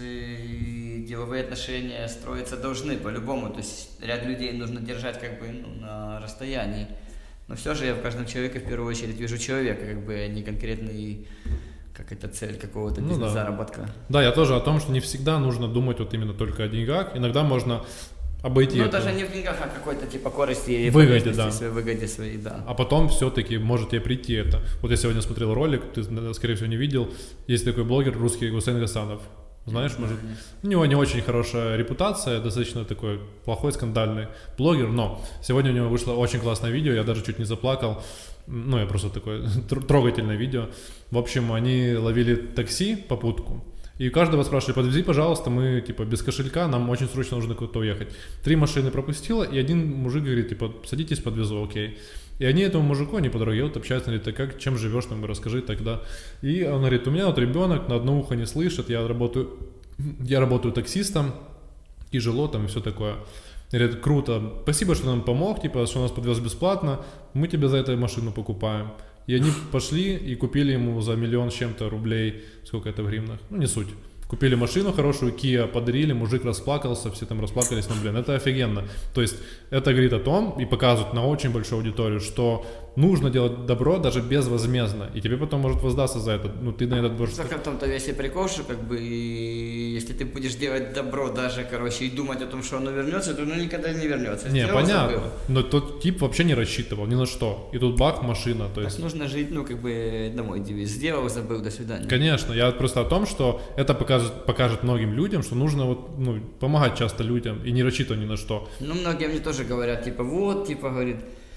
и деловые отношения строиться должны по-любому, то есть, ряд людей нужно держать, как бы, ну, на расстоянии. Но все же я в каждом человеке, в первую очередь, вижу человека, как бы, а не конкретный... как это цель какого-то бизнес-заработка. Ну, да. да, я тоже о том, что не всегда нужно думать вот именно только о деньгах. Иногда можно обойти ну, это. Ну, даже не в деньгах, а какой-то типа корости и выгоде, да. своей выгоде своей, да. А потом все-таки может тебе прийти это. Вот я сегодня смотрел ролик, ты, скорее всего, не видел. Есть такой блогер русский Гусейн Гасанов. Знаешь, может, у него не очень хорошая репутация, достаточно такой плохой, скандальный блогер, но сегодня у него вышло очень классное видео, я даже чуть не заплакал. Ну, я просто такое трогательное видео. В общем, они ловили такси, попутку, и каждого спрашивали: подвези, пожалуйста, мы, типа, без кошелька, нам очень срочно нужно куда-то уехать. Три машины пропустила, и один мужик говорит, типа, садитесь, подвезу, окей. И они этому мужику, они по дороге вот общаются, говорит, а как, чем живешь, там, расскажи тогда. И он говорит, у меня вот ребенок на одно ухо не слышит, я работаю, я работаю таксистом, тяжело там и все такое. Говорит, круто, спасибо, что нам помог, типа, что нас подвез бесплатно, мы тебе за это машину покупаем. И они пошли и купили ему за миллион с чем-то рублей, сколько это в гривнах, ну не суть. Купили машину хорошую, Kia подарили, мужик расплакался, все там расплакались, ну, блин, это офигенно. То есть это говорит о том и показывает на очень большую аудиторию, что нужно делать добро даже безвозмездно, и тебе потом может воздаться за это. Ну, ты на этот будешь... Только в том-то весь и прикол, что как бы, если ты будешь делать добро даже, короче, и думать о том, что оно вернется, то оно никогда не вернется. Не, Сделал, понятно, забыл. но тот тип вообще не рассчитывал ни на что. И тут бах, машина, то есть... Так нужно жить, ну, как бы, домой девиз. Сделал, забыл, до свидания. Конечно, я просто о том, что это покажет, покажет многим людям, что нужно вот, ну, помогать часто людям и не рассчитывать ни на что. Ну, многие мне тоже говорят, типа, вот, типа, говорит,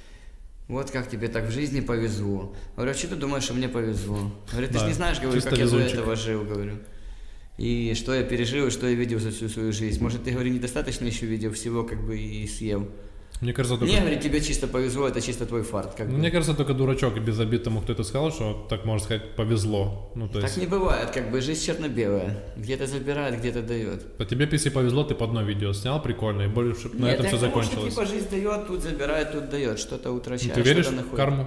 вот как тебе так в жизни повезло. Говорю, а что ты думаешь, что мне повезло? Говорит, ты Да, же не знаешь, говорю, чисто как я до везунчик. этого жил, говорю. И что я пережил, и что я видел за всю свою жизнь. Может, ты, говорю, недостаточно еще видел всего, как бы, и съел. Мне кажется, только... Не, говорит, тебе чисто повезло, это чисто твой фарт. Как бы. Мне кажется, только дурачок и без обид тому, кто это сказал, что так можно сказать, повезло. Ну, то есть... Так не бывает, как бы жизнь черно-белая. Где-то забирает, где-то дает. По тебе, если повезло, ты по одно видео снял, прикольно, и больше на Нет, этом я все к тому, закончилось. что, типа, жизнь дает, тут забирает, тут дает, что-то утрачает, Ты веришь что-то в находит. карму?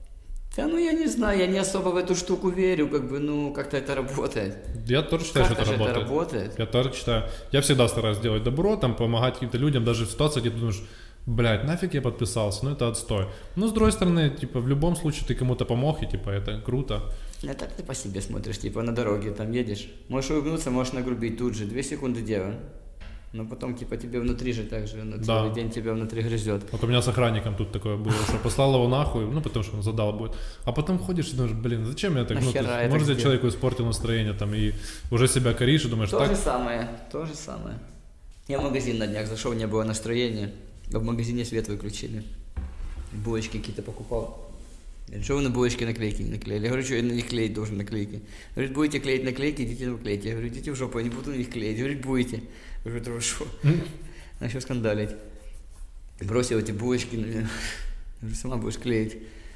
Да ну я не знаю, я не особо в эту штуку верю, как бы, ну, как-то это работает. Я тоже считаю, Как-то что это же работает. это работает. Я тоже считаю. Я всегда стараюсь делать добро, там, помогать каким-то людям, даже в ситуации, где ты думаешь, блядь, нафиг я подписался, ну это отстой. Но с другой стороны, типа, в любом случае ты кому-то помог, и типа, это круто. А так ты по себе смотришь, типа, на дороге там едешь. Можешь улыбнуться, можешь нагрубить тут же, две секунды дело. Но потом, типа, тебе внутри же так же, на Да. целый день тебя внутри грызет. Вот у меня с охранником тут такое было, что послал его нахуй, ну потому что он задал будет. А потом ходишь и думаешь, блин, зачем я так, ну, то Нахера есть, я может, так я человеку испортил настроение там и уже себя коришь и думаешь, То так, же самое, то же самое. Я в магазин на днях зашел, не было настроения. А в магазине свет выключили. Булочки какие-то покупал. Что вы на булочки наклейки не наклеили? Я говорю, что я на них клеить должен наклейки. Говорит, будете клеить наклейки, идите на наклейки. Я говорю, идите в жопу, я не буду на них клеить. Говорит, будете. Я говорю, это что? Начал скандалить. Бросил эти булочки на меня. Я говорю, сама будешь клеить.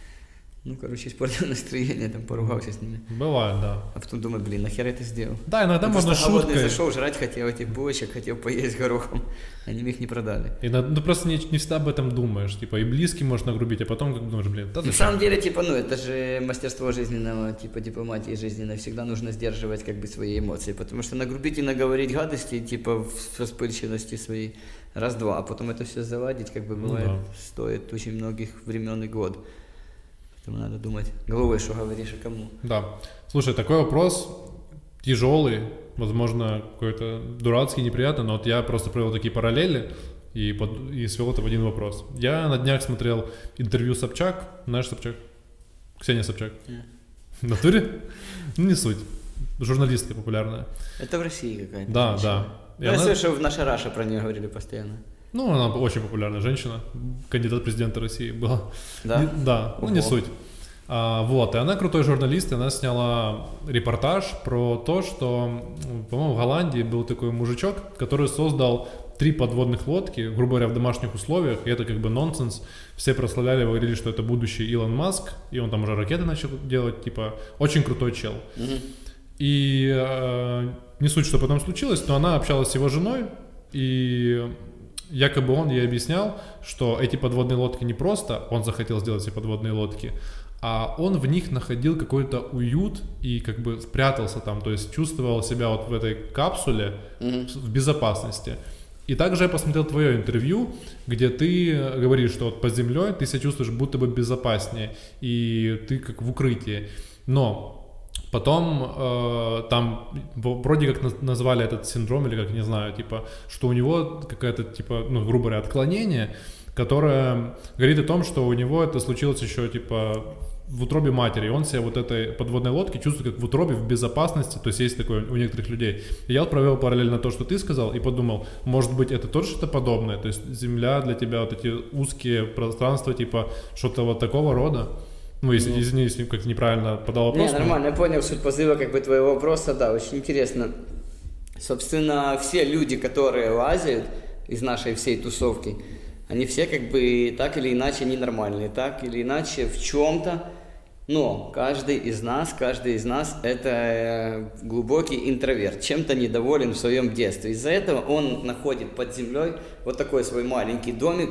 Ну, короче, испортил настроение, там поругался с ними. бывает, да. А потом думаю, блин, нахер я это сделал? Да, иногда Ну, можно просто голодный шуткой. зашел, жрать хотел этих булочек, хотел поесть горохом. Они мне их не продали. И на- ну просто не, не всегда об этом думаешь, типа и близким можно нагрубить, а потом как думаешь, блин, да На зачем? самом деле, типа, ну, это же мастерство жизненного, типа, дипломатии жизненной. Всегда нужно сдерживать, как бы, свои эмоции. Потому что нагрубить и наговорить гадости, типа, в распыльчивости своей раз-два, а потом это все заладить, как бы, Ну бывает, да. стоит очень многих времен и год. Поэтому надо думать головой, что говоришь и кому. Да. Слушай, такой вопрос тяжелый, возможно, какой-то дурацкий, неприятный, но вот я просто провел такие параллели и, под, и свел это в один вопрос. Я на днях смотрел интервью Собчак, знаешь Собчак? Ксения Собчак. Нет. В натуре? Ну, не суть. Журналистка популярная. Это в России какая-то. Да, женщина. да. И Я она- слышал, в «Наша Раша» про нее говорили постоянно. Ну, она очень популярная женщина, кандидат президента России была. Да? Не- да, ну не Ого. суть. А, вот, и она крутой журналист, и она сняла репортаж про то, что, м, по-моему, в Голландии был такой мужичок, который создал три подводных лодки, грубо говоря, в домашних условиях, и это как бы нонсенс. Все прославляли, говорили, что это будущий Илон Маск, и он там уже ракеты начал делать, типа, очень крутой чел. Мгм. И э, не суть, что потом случилось, но она общалась с его женой, и якобы он ей объяснял, что эти подводные лодки не просто он захотел сделать эти подводные лодки, а он в них находил какой-то уют и как бы спрятался там, то есть чувствовал себя вот в этой капсуле Мгм. в безопасности. И также я посмотрел твое интервью, где ты говоришь, что вот под землей ты себя чувствуешь будто бы безопаснее, и ты как в укрытии. Но потом э, там в- вроде как наз- назвали этот синдром, или как, не знаю, типа, что у него какая-то, типа, ну, грубо говоря, отклонение, которое говорит о том, что у него это случилось еще, типа, в утробе матери. И он себя вот этой подводной лодки чувствует как в утробе, в безопасности. То есть есть такое у некоторых людей. И я вот провел параллельно то, что ты сказал, и подумал, может быть, это тоже что-то подобное. То есть земля для тебя, вот эти узкие пространства, типа, что-то вот такого рода. Ну, если, Ну. извини, если как неправильно подал вопрос. Не, но- нормально, я понял суть позыва как бы твоего вопроса, да, очень интересно. Собственно, все люди, которые лазят из нашей всей тусовки, они все как бы так или иначе ненормальные, так или иначе в чем-то, но каждый из нас, каждый из нас это э, глубокий интроверт, чем-то недоволен в своем детстве. Из-за этого он находит под землей вот такой свой маленький домик,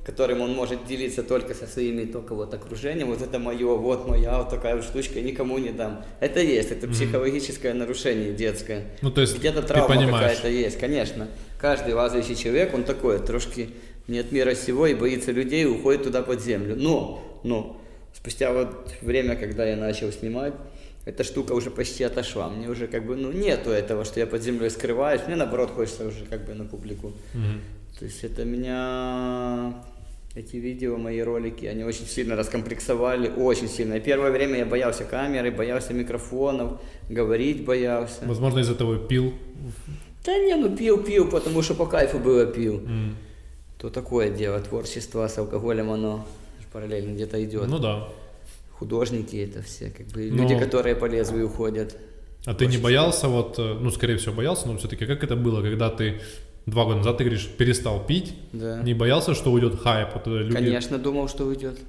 которым он может делиться только со своими только вот окружением, вот это мое, вот моя вот такая вот штучка, никому не дам. Это есть, это mm-hmm. психологическое нарушение детское. Ну, то есть где-то травма какая-то есть, конечно. Каждый лазающий человек, он такой, трошки не от мира сего и боится людей, и уходит туда под землю. Но, но, спустя вот время, когда я начал снимать, эта штука уже почти отошла. Мне уже как бы, ну, нету этого, что я под землей скрываюсь. Мне наоборот хочется уже как бы на публику. Mm-hmm. То есть это меня, эти видео, мои ролики, они очень сильно раскомплексовали, очень сильно. И первое время я боялся камеры, боялся микрофонов, говорить боялся. Возможно, из-за того пил? Да не, ну пил, пил, потому что по кайфу было пил. Mm. То такое дело, творчество с алкоголем, оно параллельно где-то идет. Ну да. Художники это все, как бы люди, но... которые по лезвию уходят. А ты не боялся, вот, ну, скорее всего, боялся, но все-таки как это было, когда ты два года назад, ты говоришь, перестал пить, да. Не боялся, что уйдет хайп? Вот, люди... Конечно, думал, что уйдет.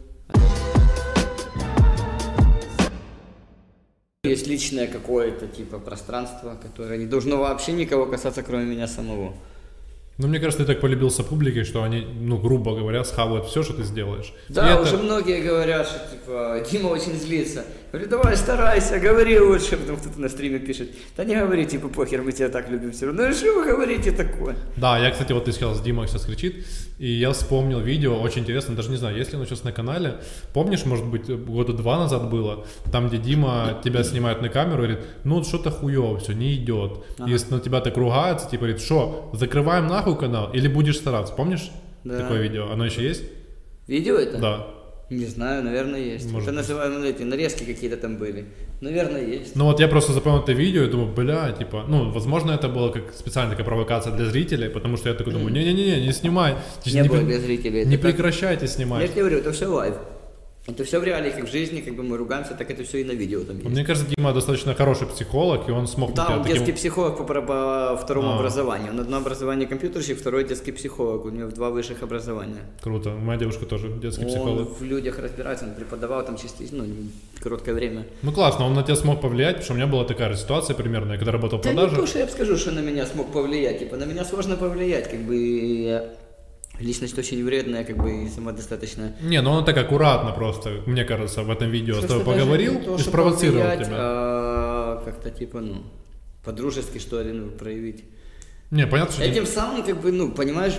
Есть личное какое-то типа пространство, которое не должно вообще никого касаться, кроме меня самого. Ну, мне кажется, ты так полюбился публике, что они, ну, грубо говоря, схавают все, что ты сделаешь. Да, и уже это... многие говорят, что, типа, Дима очень злится. Говорю, давай, старайся, говори лучше. Потом кто-то на стриме пишет, да не говори, типа, похер, мы тебя так любим все равно. Ну, что вы говорите такое? Да, я, кстати, вот ты сказал, Дима сейчас кричит, и я вспомнил видео, очень интересно, даже не знаю, есть ли оно сейчас на канале. Помнишь, может быть, года два назад было, там, где Дима тебя снимает на камеру и говорит, ну, что-то хуёво, все, не идет. Ага. И на тебя так ругается, типа, говорит, что, закрываем нахуй канал или будешь стараться? Помнишь да. такое видео? Оно еще есть? Видео это? Да. Не знаю, наверное, есть. Может, это называемые, ну, эти нарезки какие-то там были. Наверное, есть. Ну вот я просто запомнил это видео и думаю, бля, типа, ну, возможно, это было как специальная такая провокация для зрителей, потому что я такой думаю, не-не-не, не снимай. Не, не было для зрителей. Не прекращайте так... снимать. Я тебе говорю, это все лайв. Это все в реалии, как в жизни, как бы мы ругаемся, так это все и на видео там есть. Мне кажется, Дима достаточно хороший психолог, и он смог... Да, он таким... детский психолог по, по второму а. образованию. Он одно образование компьютерщик, второй детский психолог. У него два высших образования. Круто. Моя девушка тоже детский он психолог. Он в людях разбирается, он преподавал там частично, ну, короткое время. Ну классно, он на тебя смог повлиять, потому что у меня была такая ситуация примерно, я когда работал в продаже... Да не то, что я скажу, что на меня смог повлиять. Типа, на меня сложно повлиять, как бы... Личность очень вредная, как бы, и самодостаточная. Не, ну он так аккуратно просто, мне кажется, в этом видео с тобой поговорил то, и спровоцировал повлиять, тебя. А, как-то типа, ну, по-дружески, что ли, ну, проявить. Не, понятно, что... Этим самым, как бы, ну, понимаешь,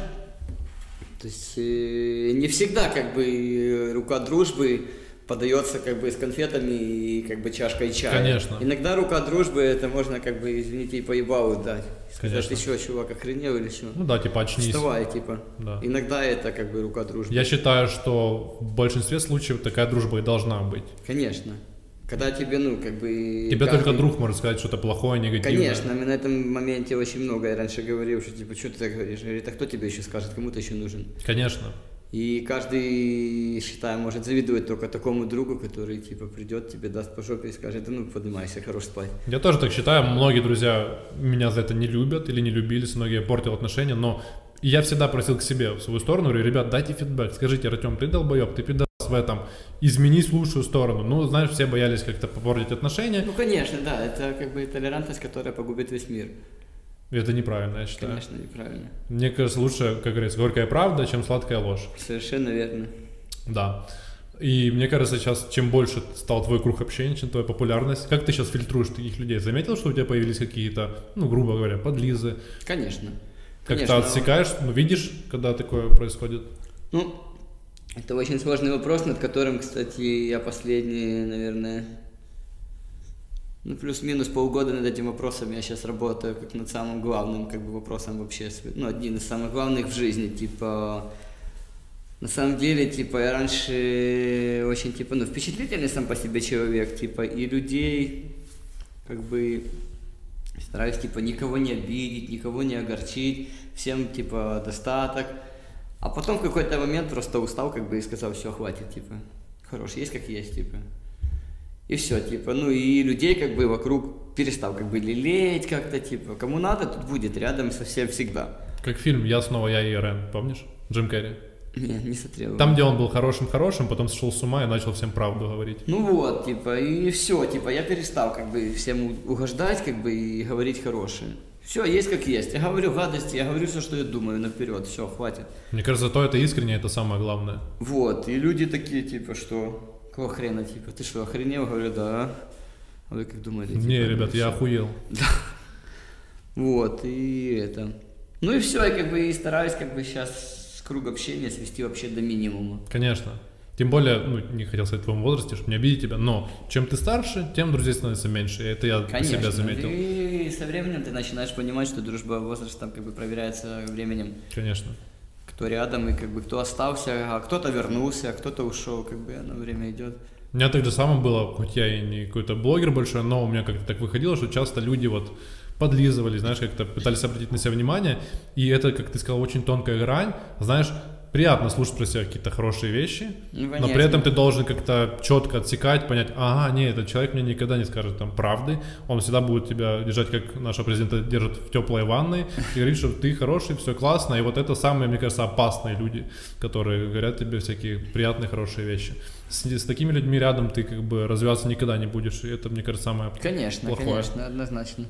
то есть э, не всегда, как бы, рука дружбы подается, как бы, с конфетами и, как бы, чашкой чая. Конечно. Иногда рука дружбы, это можно, как бы, извините, и поебалу дать. Сказать, Конечно. ты что, чувак, охренел или что? Ну да, типа очнись. Вставай, типа. Да. Иногда это, как бы, рука дружбы. Я считаю, что в большинстве случаев такая дружба и должна быть. Конечно. Когда тебе, ну, как бы... Тебе каждый... только друг может сказать что-то плохое, негативное. Конечно, на этом моменте очень много. Я раньше говорил, что, типа, что ты так говоришь? Говорит, а кто тебе еще скажет, кому ты еще нужен? Конечно. И каждый, считаю, может завидовать только такому другу, который, типа, придет, тебе даст по жопе и скажет, да ну, поднимайся, хорош спать. Я тоже так считаю. Многие друзья меня за это не любят или не любили, с многими портил отношения, но я всегда просил к себе в свою сторону, говорю, ребят, дайте фидбэк, скажите, Артем, ты долбоеб, ты пидорас в этом, изменись в лучшую сторону. Ну, знаешь, все боялись как-то попортить отношения. Ну, конечно, да, это как бы толерантность, которая погубит весь мир. Это неправильно, я считаю. Конечно, неправильно. Мне кажется, лучше, как говорится, горькая правда, чем сладкая ложь. Совершенно верно. Да. И мне кажется, сейчас, чем больше стал твой круг общения, чем твоя популярность, как ты сейчас фильтруешь таких людей? Заметил, что у тебя появились какие-то, ну, грубо говоря, подлизы? Конечно. Как-то отсекаешь, ну, видишь, когда такое происходит? Ну, это очень сложный вопрос, над которым, кстати, я последние, наверное... Ну, плюс-минус полгода над этим вопросом я сейчас работаю как над самым главным, как бы, вопросом вообще, ну, один из самых главных в жизни, типа, на самом деле, типа, я раньше очень, типа, ну, впечатлительный сам по себе человек, типа, и людей, как бы, стараюсь, типа, никого не обидеть, никого не огорчить, всем, типа, достаток, а потом в какой-то момент просто устал, как бы, и сказал, все, хватит, типа, хорош, есть как есть, типа. И все, типа, ну и людей как бы вокруг перестал как бы лелеять как-то, типа, кому надо, тут будет рядом совсем всегда. Как фильм «Я снова я и Ирэн», помнишь? Джим Керри. Нет, не смотрел. Там, где он был хорошим-хорошим, потом сошел с ума и начал всем правду говорить. Ну вот, типа, и все, типа, я перестал как бы всем угождать, как бы, и говорить хорошее. Все, есть как есть. Я говорю гадости, я говорю все, что я думаю наперед. Все, хватит. Мне кажется, то это искренне, это самое главное. Вот, и люди такие, типа, что? Какого хрена, типа, ты что, охренел? Говорю, да. А вы как думали? Типа, не, ребят, я охуел. Да. Вот, и это... Ну и все, я как бы и стараюсь как бы сейчас круг общения свести вообще до минимума. Конечно. Тем более, ну, не хотел сказать в твоем возрасте, чтобы не обидеть тебя, но чем ты старше, тем друзей становится меньше. Это я по себе заметил. И со временем ты начинаешь понимать, что дружба возрастом как бы проверяется временем. Конечно. Кто рядом и как бы кто остался, а кто-то вернулся, а кто-то ушел, как бы оно время идет. У меня так же самое было, хоть я и не какой-то блогер большой, но у меня как-то так выходило, что часто люди вот подлизывали, знаешь, как-то пытались обратить на себя внимание, и это, как ты сказал, очень тонкая грань, знаешь, приятно слушать про себя какие-то хорошие вещи, ну, но при этом ты должен как-то четко отсекать, понять, ага, не, этот человек мне никогда не скажет там правды, он всегда будет тебя держать, как нашего президента держит в теплой ванной, и говорит, что ты хороший, все классно, и вот это самые, мне кажется, опасные люди, которые говорят тебе всякие приятные, хорошие вещи. С, с такими людьми рядом ты как бы развиваться никогда не будешь, и это, мне кажется, самое конечно, плохое. Конечно, однозначно.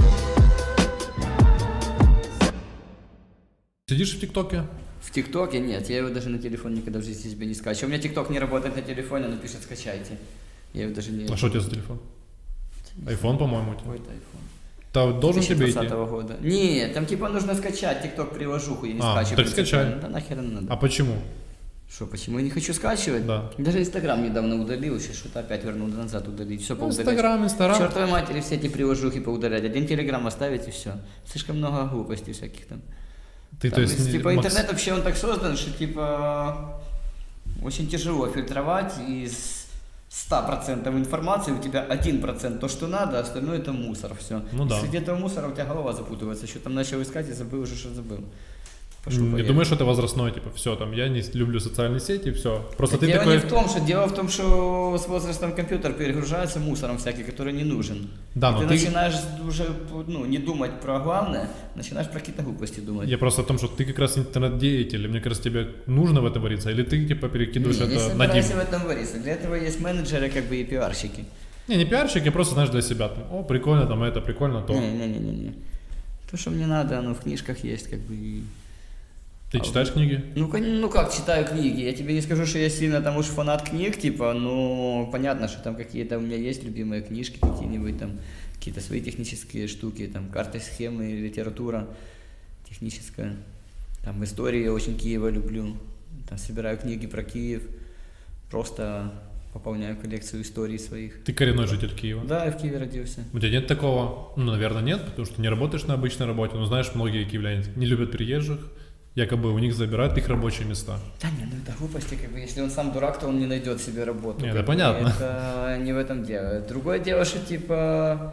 Сидишь в ТикТоке? В ТикТоке нет, я его даже на телефон никогда в жизни себе не скачиваю. У меня ТикТок не работает на телефоне, но пишет скачайте. Я его даже не... А что у тебя за телефон? Айфон, по-моему, у тебя? Какой-то айфон. Там должен тебе идти? две тысячи двадцатого года. Нет, там типа нужно скачать ТикТок приложуху, я не а, скачиваю. так скачай. Да нахер не надо. А почему? Что, почему я не хочу скачивать? Да. Даже Инстаграм недавно удалил, сейчас что-то опять вернул назад удалить. Все поудалять. Инстаграм, Инстаграм. Чертовой матери все эти приложухи поудалять. Один Телеграм оставить и все. Слишком много глупостей всяких там. Ты, там то есть, есть, типа Макс... интернет вообще он так создан, что типа очень тяжело фильтровать из ста процентов информации у тебя один процент то, что надо, а остальное это мусор, все. Ну, да. Среди этого мусора у тебя голова запутывается, что там начал искать и забыл уже, что забыл. Пошел, не поехал. думаешь, что это возрастное, типа, все, там, я не люблю социальные сети, все. Просто да ты дело такой... не в том, что дело в том, что с возрастом компьютер перегружается мусором всякий, который не нужен. Да, и но ты, ты начинаешь уже ну, не думать про главное, начинаешь про какие-то глупости думать. Я просто о том, что ты как раз интернет-деятель, и мне кажется, тебе нужно в этом вариться, или ты, типа, перекидываешь не, это не на собирайся дим? в этом вариться. Для этого есть менеджеры, как бы и пиарщики. Не, не пиарщик, я просто, знаешь, для себя, там, о, прикольно, там, это, прикольно, то. Не-не-не-не. То, что мне надо, оно в книжках есть, как бы. И... Ты а читаешь книги? Ну, ну как читаю книги? Я тебе не скажу, что я сильно там уж фанат книг, типа, но понятно, что там какие-то у меня есть любимые книжки, какие-нибудь там, какие-то свои технические штуки, там, карты, схемы, литература техническая. Там, истории я очень Киева люблю. Там, собираю книги про Киев, просто пополняю коллекцию историй своих. Ты коренной житель Киева? Да, я в Киеве родился. У тебя нет такого? Ну, наверное, нет, потому что не работаешь на обычной работе, но знаешь, многие киевляне не любят приезжих. Якобы у них забирают их рабочие места. Да не, ну это глупости, как бы, если он сам дурак, то он не найдет себе работу. Не, это понятно. Это не в этом дело. Другое дело, что типа,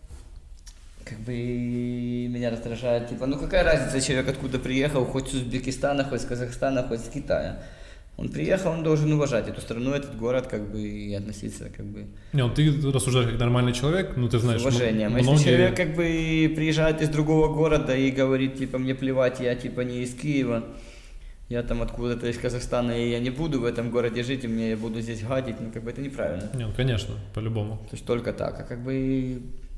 как бы меня раздражает, типа, ну какая разница, человек откуда приехал, хоть с Узбекистана, хоть с Казахстана, хоть с Китая. Он приехал, он должен уважать эту страну, этот город, как бы, и относиться, как бы... Не, ну ты рассуждаешь как нормальный человек, ну ты знаешь... С уважением. Многие... Если человек, как бы, приезжает из другого города и говорит, типа, мне плевать, я, типа, не из Киева, я там откуда-то из Казахстана, и я не буду в этом городе жить, и мне я буду здесь гадить, ну, как бы, это неправильно. Не, ну, конечно, по-любому. То есть только так, а как бы...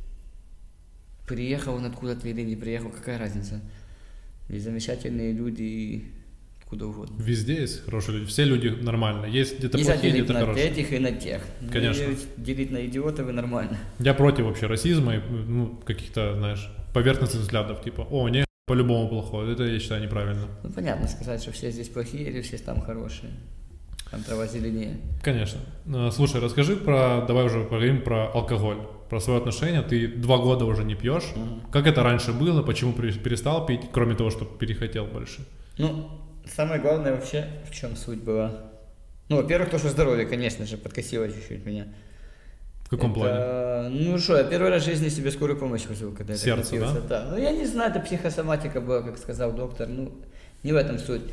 Приехал он откуда-то или не приехал, какая разница? Есть замечательные люди... Куда угодно. Везде есть хорошие люди, все люди нормально, есть где-то нельзя плохие, делить где-то на хорошие. этих и на тех. Конечно. И делить на идиотов и нормально. Я против вообще расизма и ну, каких-то, знаешь, поверхностных взглядов, типа, о, не, по-любому плохое, это я считаю неправильно. Ну понятно сказать, что все здесь плохие или все там хорошие. Там трава зеленее. Конечно. Слушай, расскажи про, давай уже поговорим про алкоголь, про свое отношение. Ты два года уже не пьешь. Mm-hmm. Как это раньше было, почему перестал пить, кроме того, что перехотел больше? Ну, самое главное вообще, в чем суть была. Ну, во-первых, то, что здоровье, конечно же, подкосило чуть-чуть меня. В каком это... плане? Ну что, я первый раз в жизни себе скорую помощь вызвал, когда я Сердце, так напился. Да? Да. Ну, я не знаю, это психосоматика была, как сказал доктор. Ну, не в этом суть.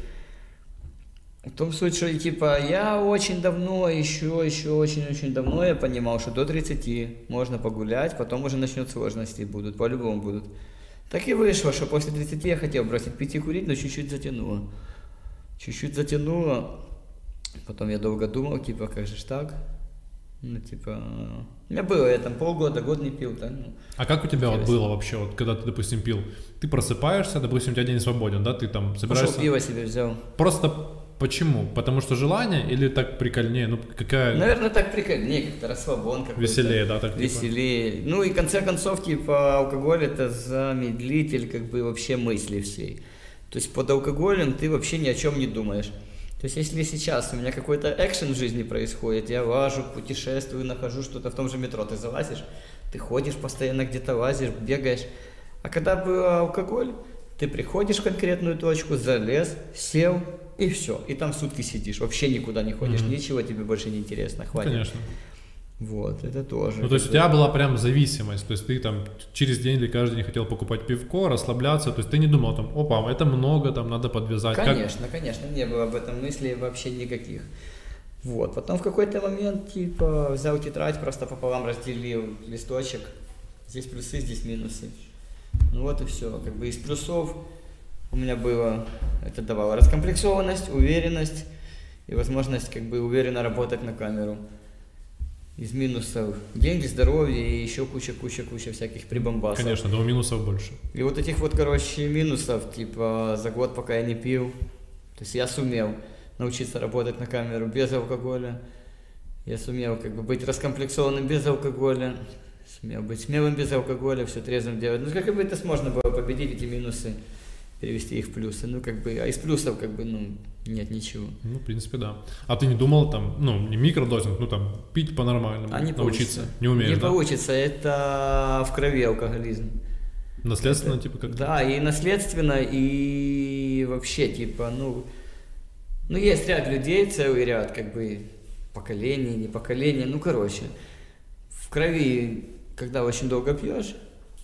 В том суть, что типа я очень давно, еще, еще очень-очень давно я понимал, что до тридцати можно погулять, потом уже начнет сложности будут, по-любому будут. Так и вышло, что после тридцати я хотел бросить пить и курить, но чуть-чуть затянуло. Чуть-чуть затянуло. Потом я долго думал, типа, как же ж так? Ну, типа, у меня было, я там полгода, год не пил, да, ну. А как у тебя вот было вообще, вот, когда ты, допустим, пил? Ты просыпаешься, допустим, у тебя день свободен, да, ты там собираешься... Пошел пиво себе взял. Просто почему? Потому что желание или так прикольнее? Ну, какая... Наверное, так прикольнее, как-то расслабон какой-то. Веселее, да, так Веселее. Типа. Ну и в конце концов, типа, алкоголь это замедлитель, как бы, вообще мысли всей. То есть под алкоголем ты вообще ни о чем не думаешь. То есть если сейчас у меня какой-то экшен в жизни происходит, я лажу, путешествую, нахожу что-то в том же метро, ты залазишь, ты ходишь постоянно где-то, лазишь, бегаешь. А когда был алкоголь, ты приходишь в конкретную точку, залез, сел и все. И там сутки сидишь, вообще никуда не ходишь, mm-hmm. ничего тебе больше не интересно, хватит. Конечно. Вот, это тоже. Ну, то есть у тебя была прям зависимость, то есть ты там через день или каждый день хотел покупать пивко, расслабляться, то есть ты не думал там, опа, это много, там надо подвязать. Конечно, как... конечно, не было об этом мыслей вообще никаких. Вот, потом в какой-то момент, типа, взял тетрадь, просто пополам разделил листочек, здесь плюсы, здесь минусы. Ну вот и все, как бы из плюсов у меня было, это давало раскомплексованность, уверенность и возможность как бы уверенно работать на камеру. Из минусов деньги, здоровье и еще куча-куча-куча всяких прибамбасов. Конечно, но минусов больше. И вот этих вот, короче, минусов, типа, за год, пока я не пил, то есть я сумел научиться работать на камеру без алкоголя, я сумел как бы быть раскомплексованным без алкоголя, сумел быть смелым без алкоголя, все трезвым делать. Ну, как бы это можно было победить, эти минусы, перевести их в плюсы. Ну, как бы, а из плюсов, как бы, ну, нет ничего. Ну, в принципе, да. А ты не думал там, ну, не микродозинг, ну, там, пить по-нормальному, а не научиться? Получится. Не умеешь, Не да? получится, это в крови алкоголизм. Наследственно, это, типа, как-то? Да, и наследственно, и вообще, типа, ну, ну, есть ряд людей, целый ряд, как бы, поколений, не поколений, ну, короче, в крови, когда очень долго пьешь,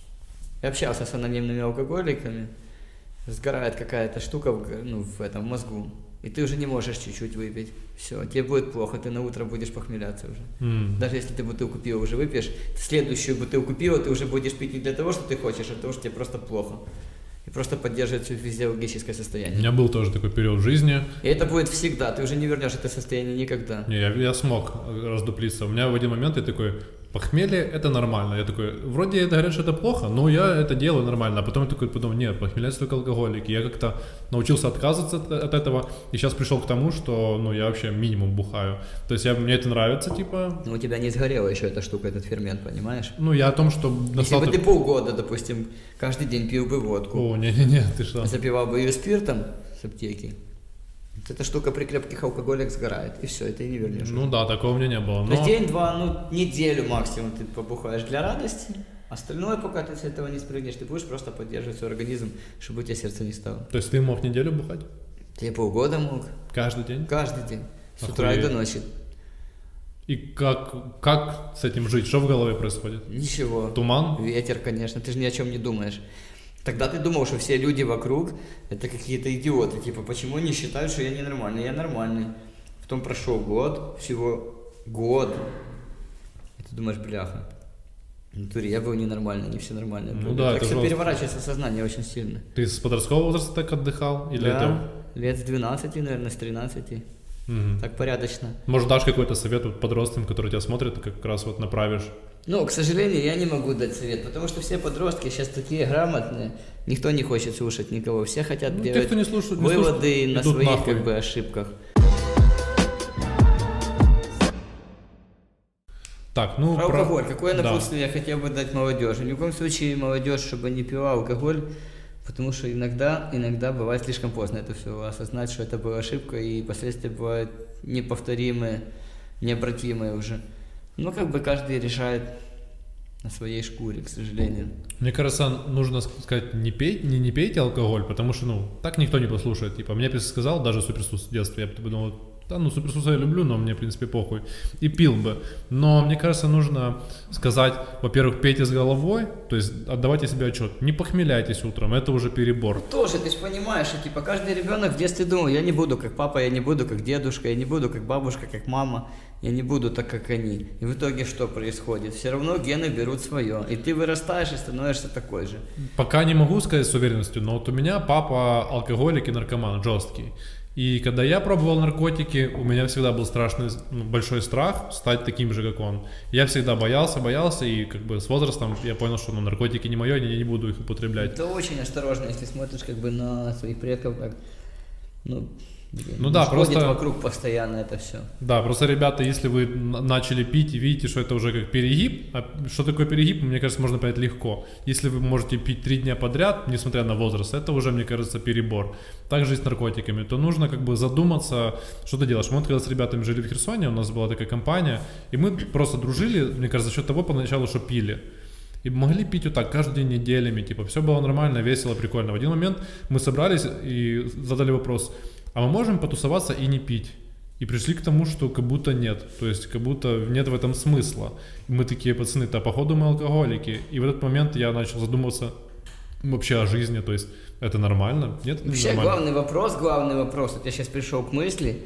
я общался с анонимными алкоголиками, сгорает какая-то штука в, ну, в этом мозгу, и ты уже не можешь чуть-чуть выпить. Все, тебе будет плохо, ты на утро будешь похмеляться уже. Mm. Даже если ты бутылку пива уже выпьешь, следующую бутылку пива ты уже будешь пить не для того, что ты хочешь, а для того, что тебе просто плохо. И просто поддерживать свое физиологическое состояние. У меня был тоже такой период в жизни. И это будет всегда, ты уже не вернешь это состояние никогда. Не, я, я смог раздуплиться. У меня в один момент я такой, похмелье это нормально. Я такой, вроде это говорят, что это плохо, но я это делаю нормально. А потом я такой подумал, нет, похмеляются только алкоголики. Я как-то научился отказываться от, от этого. И сейчас пришел к тому, что ну, я вообще минимум бухаю. То есть я, мне это нравится, типа. Но у тебя не сгорела еще эта штука, этот фермент, понимаешь? Ну, я о том, что... Если бы ты полгода, допустим, каждый день пил бы водку. О, не-не-не, ты что? Запивал бы ее спиртом с аптеки. Вот эта штука при крепких алкоголях сгорает, и все, это и не вернешь. Ну да, такого у меня не было. Но... То есть день-два, ну неделю максимум ты побухаешь для радости, остальное, пока ты с этого не спрыгнешь, ты будешь просто поддерживать свой организм, чтобы у тебя сердце не стало. То есть ты мог неделю бухать? Я полгода мог. Каждый день? Каждый день, с Охуеть. утра и до ночи. И как, как с этим жить? Что в голове происходит? Ничего. Туман? Ветер, конечно, ты же ни о чем не думаешь. Тогда ты думал, что все люди вокруг это какие-то идиоты, типа, почему они считают, что я ненормальный? Я нормальный. Потом прошел год, всего год. И ты думаешь, бляха, в натуре я был ненормальный, они все нормальные. Ну да, так это все жестко. переворачивается сознание очень сильно. Ты с подросткового возраста так отдыхал? Или да, это... лет с двенадцати, наверное, с тринадцати. Угу. Так порядочно. Может, дашь какой-то совет вот подросткам, которые тебя смотрят, ты как раз вот направишь? Ну, к сожалению, я не могу дать совет, потому что все подростки сейчас такие грамотные, никто не хочет слушать никого, все хотят ну, делать те, кто не слушает, не выводы слушает, на идут своих нахуй. как бы ошибках. Так, ну, про про... алкоголь. Какое напутствие да. я хотел бы дать молодежи? Ни в коем случае молодежь, чтобы не пила алкоголь, потому что иногда, иногда бывает слишком поздно это все осознать, что это была ошибка, и последствия бывают неповторимые, необратимые уже. Ну, как бы каждый решает на своей шкуре, к сожалению. Мне кажется, нужно сказать, не, пей, не, не пейте алкоголь, потому что, ну, так никто не послушает. Типа, мне сказал даже Суперсус в детстве, я бы думал, да, ну, Суперсуса я люблю, но мне, в принципе, похуй. И пил бы. Но, мне кажется, нужно сказать, во-первых, пейте с головой, то есть отдавайте себе отчет. Не похмеляйтесь утром, это уже перебор. Ну, тоже, ты же понимаешь, что, типа, каждый ребенок в детстве думал, я не буду как папа, я не буду как дедушка, я не буду как бабушка, как мама, я не буду так, как они. И в итоге что происходит? Все равно гены берут свое, и ты вырастаешь и становишься такой же. Пока не могу сказать с уверенностью, но вот у меня папа алкоголик и наркоман жесткий. И когда я пробовал наркотики, у меня всегда был страшный, ну, большой страх стать таким же, как он. Я всегда боялся, боялся, и как бы с возрастом я понял, что ну, наркотики не мое, я не буду их употреблять. Это очень осторожно, если смотришь как бы на своих предков, как, ну, ну да, просто вокруг постоянно это все. Да, просто, ребята, если вы начали пить и видите, что это уже как перегиб, а что такое перегиб, мне кажется, можно понять легко. Если вы можете пить три дня подряд, несмотря на возраст, это уже, мне кажется, перебор. Также и с наркотиками, то нужно как бы задуматься, что ты делаешь. Мы вот когда с ребятами жили в Херсоне, у нас была такая компания, и мы просто дружили, мне кажется, за счет того поначалу, что пили. И могли пить вот так каждый день неделями, типа, все было нормально, весело, прикольно. В один момент мы собрались и задали вопрос: а мы можем потусоваться и не пить? И пришли к тому, что как будто нет, то есть как будто нет в этом смысла. И мы такие: пацаны-то походу мы алкоголики. И в этот момент я начал задумываться вообще о жизни, то есть это нормально? Нет, это вообще нормально. Главный вопрос, главный вопрос, вот я сейчас пришел к мысли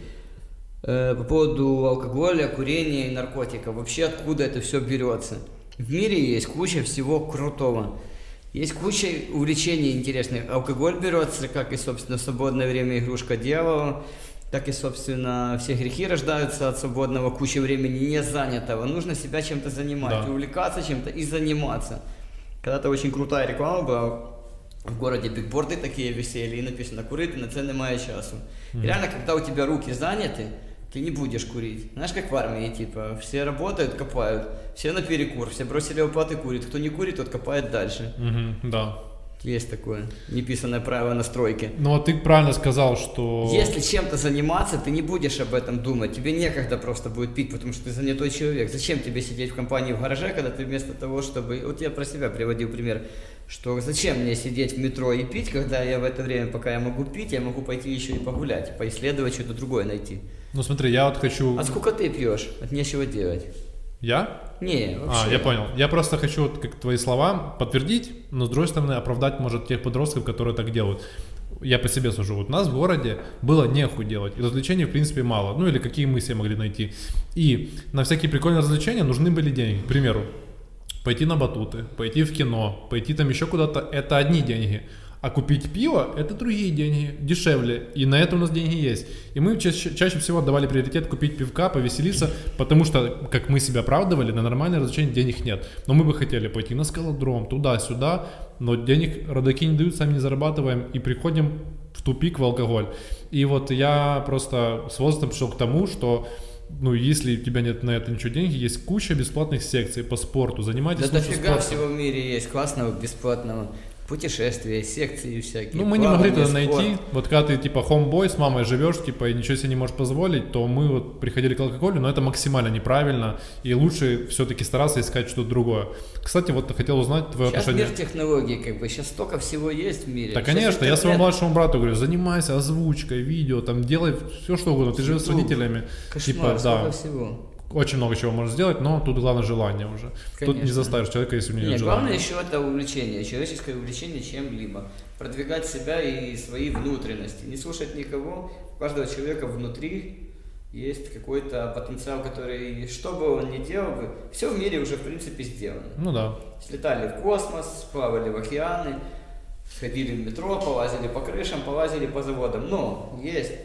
э, по поводу алкоголя, курения и наркотиков. Вообще откуда это все берется? В мире есть куча всего крутого. Есть куча увлечений интересных. Алкоголь берется, как и, собственно, свободное время игрушка дьявола, так и, собственно, все грехи рождаются от свободного, куча времени не занятого. Нужно себя чем-то занимать, да. увлекаться чем-то и заниматься. Когда-то очень крутая реклама была, в городе бигборды такие висели, и написано «Курити на це немає часу». Mm-hmm. И реально, когда у тебя руки заняты, ты не будешь курить. Знаешь, как в армии, типа, все работают, копают, все на перекур, все бросили лопаты, курят. Кто не курит, тот копает дальше. Угу, да. Есть такое неписанное правило на стройке. Ну, а ты правильно сказал, что... Если чем-то заниматься, ты не будешь об этом думать. Тебе некогда просто будет пить, потому что ты занятой человек. Зачем тебе сидеть в компании в гараже, когда ты вместо того, чтобы... Вот я про себя приводил пример, что зачем мне сидеть в метро и пить, когда я в это время, пока я могу пить, я могу пойти еще и погулять, поисследовать, что-то другое найти. Ну смотри, я вот хочу... А сколько ты пьешь? От нечего делать. Я? Не, вообще. А, я понял. Я просто хочу вот как твои слова подтвердить, но с другой стороны оправдать, может, тех подростков, которые так делают. Я по себе сужу. Вот у нас в городе было нехуй делать, и развлечений в принципе мало. Ну или какие мы себе могли найти. И на всякие прикольные развлечения нужны были деньги. К примеру, пойти на батуты, пойти в кино, пойти там еще куда-то — это одни деньги. А купить пиво — это другие деньги, дешевле. И на это у нас деньги есть. И мы чаще, чаще всего отдавали приоритет купить пивка, повеселиться, потому что, как мы себя оправдывали, на нормальное развлечение денег нет. Но мы бы хотели пойти на скалодром, туда-сюда, но денег родаки не дают, сами не зарабатываем, и приходим в тупик в алкоголь. И вот я просто с возрастом пришел к тому, что... Ну, если у тебя нет на это ничего денег, есть куча бесплатных секций по спорту. Занимайтесь да дофига всего в мире есть классного, бесплатного. Путешествия, секции всякие. Ну, мы не могли тогда найти. Вот когда ты типа homeboy с мамой живешь, типа, и ничего себе не можешь позволить, то мы вот приходили к алкоголю, но это максимально неправильно. И лучше все-таки стараться искать что-то другое. Кстати, вот хотел узнать твое сейчас отношение. Сейчас мир технологий, как бы, сейчас столько всего есть в мире. Да, конечно, я своему младшему брату говорю: занимайся озвучкой, видео, там, делай все что угодно. Ты живешь с родителями. Кошмар, типа, столько да. всего. Очень много чего можно сделать, но тут главное желание уже. Конечно. Тут не заставишь человека, если у него нет, нет желания. Главное еще это увлечение, человеческое увлечение чем-либо. Продвигать себя и свои внутренности. Не слушать никого. У каждого человека внутри есть какой-то потенциал, который, что бы он ни делал бы, все в мире уже в принципе сделано. Ну да. Слетали в космос, плавали в океаны, сходили в метро, полазили по крышам, полазили по заводам. Но есть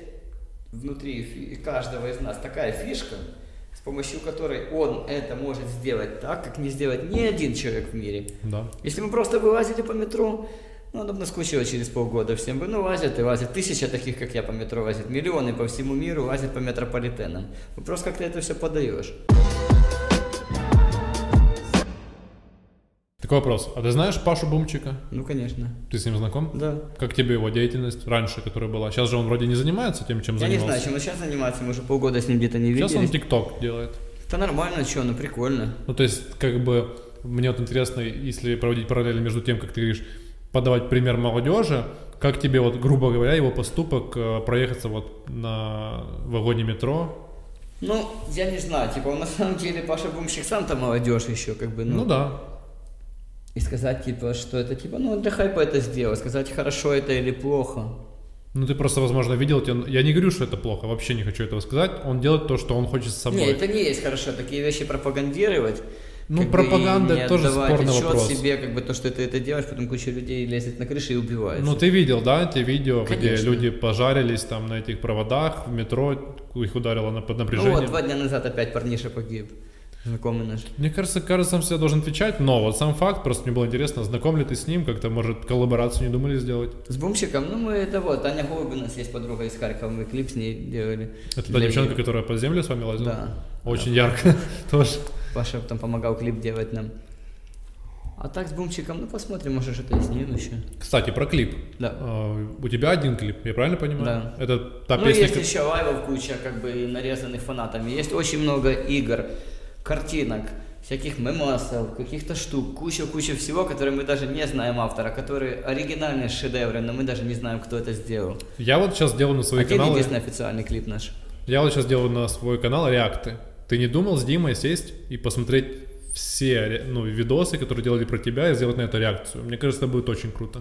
внутри каждого из нас такая фишка, с помощью которой он это может сделать так, как не сделать ни один человек в мире. Да. Если мы просто бы лазили по метро, ну, оно бы наскучило через полгода всем бы. Ну, лазят и лазят. Тысяча таких, как я, по метро лазят. Миллионы по всему миру лазят по метрополитенам. Вопрос, как ты это все подаешь. Такой вопрос. А ты знаешь Пашу Бумчика? Ну, конечно. Ты с ним знаком? Да. Как тебе его деятельность раньше, которая была? Сейчас же он вроде не занимается тем, чем я занимался. Я не знаю, чем он сейчас занимается. Мы уже полгода с ним где-то не виделись. Сейчас он ТикТок делает. Это нормально, что, ну прикольно. Ну, то есть, как бы, мне вот интересно, если проводить параллели между тем, как ты говоришь, подавать пример молодежи, как тебе, вот, грубо говоря, его поступок проехаться вот на вагоне метро? Ну, я не знаю, типа, он на самом деле, Паша Бумщик сам-то молодежь еще, как бы, ну. Ну да. И сказать, типа, что это, типа, ну, для хайпа это сделать, сказать, хорошо это или плохо. Ну, ты просто, возможно, видел, я не говорю, что это плохо, вообще не хочу этого сказать, он делает то, что он хочет с собой. Нет, это не есть хорошо, такие вещи пропагандировать, Ну, пропаганда это тоже спорный вопрос. себе, как бы, то, что ты это делаешь, потом куча людей лезет на крышу и убивается. Ну, ты видел, да, те видео, Конечно. где люди пожарились там на этих проводах, в метро, их ударило на под напряжением. Ну, вот два дня назад опять парниша погиб, знакомый наш. Мне кажется, каждый сам себя должен отвечать, но вот сам факт, просто мне было интересно, знаком ли ты с ним, как-то, может, коллаборацию не думали сделать? С Бумщиком? Ну, мы это вот, Аня Голубь, у нас есть подруга из Харькова, мы клип с ней делали. Это та девчонка, которая по земле с вами лазила? Да. Очень да. ярко тоже. Паша там помогал клип делать нам. А так с Бумчиком, ну посмотрим, может что-то и снимем еще. Кстати, про клип. Да. А, у тебя один клип, я правильно понимаю? Да. Это та ну, песня... есть еще лайвов куча, как бы, нарезанных фанатами. Есть очень много игр, картинок, всяких мемасов, каких-то штук, куча-куча всего, которые мы даже не знаем автора, которые оригинальные шедевры, но мы даже не знаем, кто это сделал. Я вот сейчас делаю на свои Один каналы... единственный официальный клип наш. Я вот сейчас делаю на свой канал реакты. Ты не думал с Димой сесть и посмотреть все, ну, видосы, которые делали про тебя, и сделать на это реакцию? Мне кажется, это будет очень круто.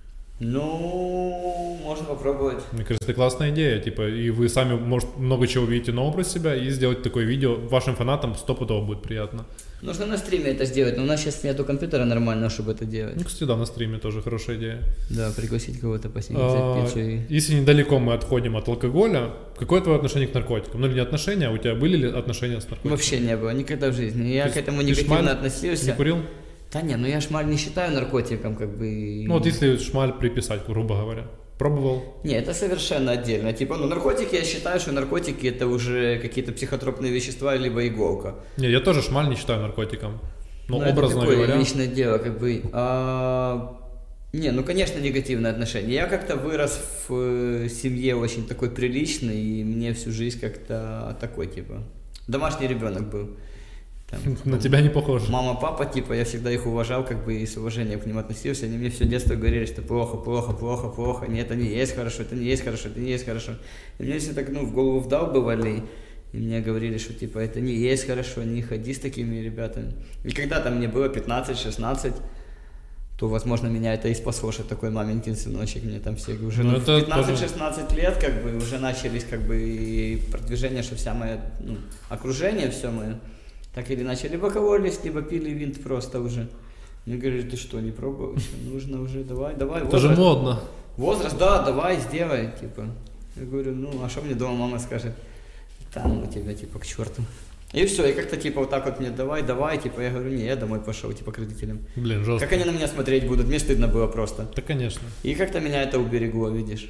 Ну, можно попробовать. Мне кажется, это классная идея, типа, и вы сами, может, много чего увидите нового про себя, и сделать такое видео вашим фанатам стопудово будет приятно. Нужно на стриме это сделать, но у нас сейчас нету компьютера нормального, чтобы это делать. Ну, кстати, да, на стриме тоже хорошая идея. Да, пригласить кого-то посидеть, А, пиццу и... Если недалеко мы отходим от алкоголя, какое твое отношение к наркотикам? Ну, или не отношения, а у тебя были ли отношения с наркотиками? Вообще не было, никогда в жизни. Я То к есть этому ты негативно шмаль относился. Не курил? Да не, ну я шмаль не считаю наркотиком, как бы... Ну, вот если шмаль приписать, грубо говоря. Пробовал? Не, это совершенно отдельно. Типа, ну наркотики, я считаю, что наркотики это уже какие-то психотропные вещества, либо иголка. Не, я тоже шмаль не считаю наркотиком. Но, Ну, образно это такое говоря... личное дело, как бы... А... Не, ну, конечно, негативное отношение. Я как-то вырос в э, семье очень такой приличной, и мне всю жизнь как-то такой, типа... Домашний ребенок был. Там, На тебя не похоже. Мама, папа, типа, я всегда их уважал, как бы, и с уважением к ним относился. Они мне все детство говорили, что плохо, плохо, плохо, плохо. Нет, это не есть хорошо, это не есть хорошо, это не есть хорошо. И мне все так, ну, в голову вдалбывали. И мне говорили, что, типа, это не есть хорошо, не ходи с такими ребятами. И когда-то мне было пятнадцать-шестнадцать, то, возможно, меня это и спасло, что такой маменькин сыночек, мне там все уже ну, ну, в пятнадцать-шестнадцать лет, как бы, уже начались, как бы, и продвижение, что вся моя, ну, окружение, все мое, так или иначе, либо кололись, либо пили винт просто уже. Мне говорят, ты что, не пробовал еще? Нужно уже, давай, давай. Это же модно. Возраст, да, давай, сделай, типа. Я говорю, ну, а что мне дома мама скажет? Там у тебя, типа, к черту. И все, и как-то, типа, вот так вот мне, давай, давай, типа, я говорю, не, я домой пошел, типа, к родителям. Блин, жестко. Как они на меня смотреть будут? Мне стыдно было просто. Да, конечно. И как-то меня это уберегло, видишь.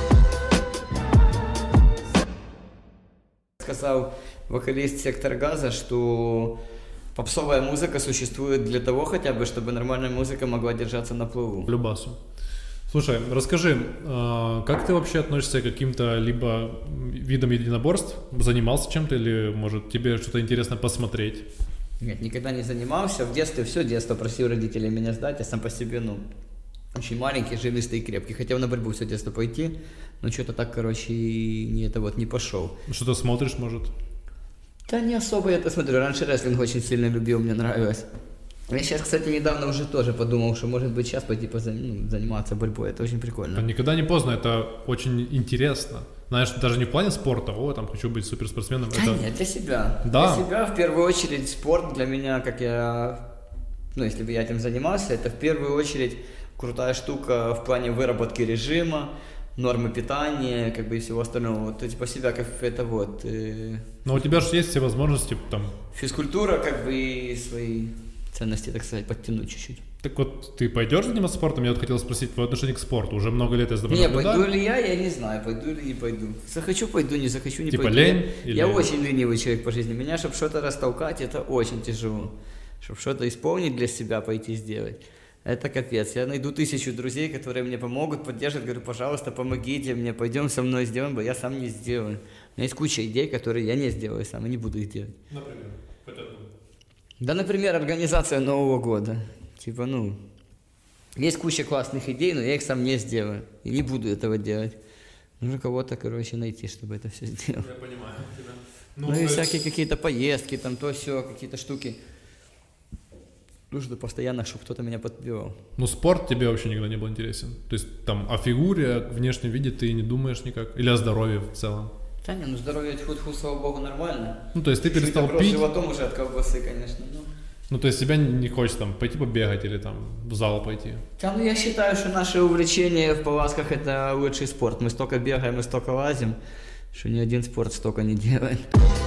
Сказал вокалист «Сектор Газа», что попсовая музыка существует для того хотя бы, чтобы нормальная музыка могла держаться на плаву. Любасу. Слушай, расскажи, как ты вообще относишься к каким-то либо видам единоборств? Занимался чем-то или, может, тебе что-то интересно посмотреть? Нет, никогда не занимался. В детстве, все детство просил родителей меня сдать. Я сам по себе, ну, очень маленький, жилистый и крепкий. Хотел на борьбу все детство пойти, но что-то так, короче, не это вот не пошел. Что-то смотришь, может? Да не особо я это смотрю. Раньше рестлинг очень сильно любил, мне нравилось. Я сейчас, кстати, недавно уже тоже подумал, что может быть сейчас пойти позан... ну, заниматься борьбой, это очень прикольно. Никогда не поздно, это очень интересно. Знаешь, даже не в плане спорта, о, там, хочу быть суперспортсменом. Да это... нет, для себя. Да. Для себя, в первую очередь, спорт для меня, как я, ну, если бы я этим занимался, это в первую очередь крутая штука в плане выработки режима, нормы питания, как бы и всего остального. Вот, типа себя, как это вот. Э... Но у тебя же есть все возможности там. Физкультура, как бы и свои ценности, так сказать, подтянуть чуть-чуть. Так вот, ты пойдешь заниматься спортом? Я вот хотел спросить твое отношение к спорту. Уже много лет я с тобой Не, наблюдаю. пойду ли я, я не знаю, пойду ли не пойду. Захочу, пойду, не захочу, не типа пойду. лень? Я, или... я очень ленивый человек по жизни. Меня, чтобы что-то растолкать, это очень тяжело. Чтобы что-то исполнить для себя, пойти сделать. Это капец. Я найду тысячу друзей, которые мне помогут, поддержат. Говорю, пожалуйста, помогите мне, пойдем со мной сделаем, бо я сам не сделаю. У меня есть куча идей, которые я не сделаю сам и не буду их делать. Например, хотя бы. Да, например, организация Нового года. Типа, ну, есть куча классных идей, но я их сам не сделаю. И не буду этого делать. Нужно кого-то, короче, найти, чтобы это все сделать. Я понимаю тебя. Ну, ну и есть... всякие какие-то поездки, там то все, какие-то штуки. Нужно постоянно, чтобы кто-то меня подбивал. Ну, спорт тебе вообще никогда не был интересен? То есть, там, о фигуре, о внешнем виде ты не думаешь никак? Или о здоровье в целом? Да не, ну здоровье, тьфу-тьфу, слава богу, нормально. Ну, то есть ты Чуть-чуть перестал пить? животом уже от колбасы, конечно. Ну. Ну, то есть тебя не хочется там пойти побегать или там в зал пойти? Да, ну я считаю, что наше увлечение в повазках это лучший спорт. Мы столько бегаем, мы столько лазим, что ни один спорт столько не делает.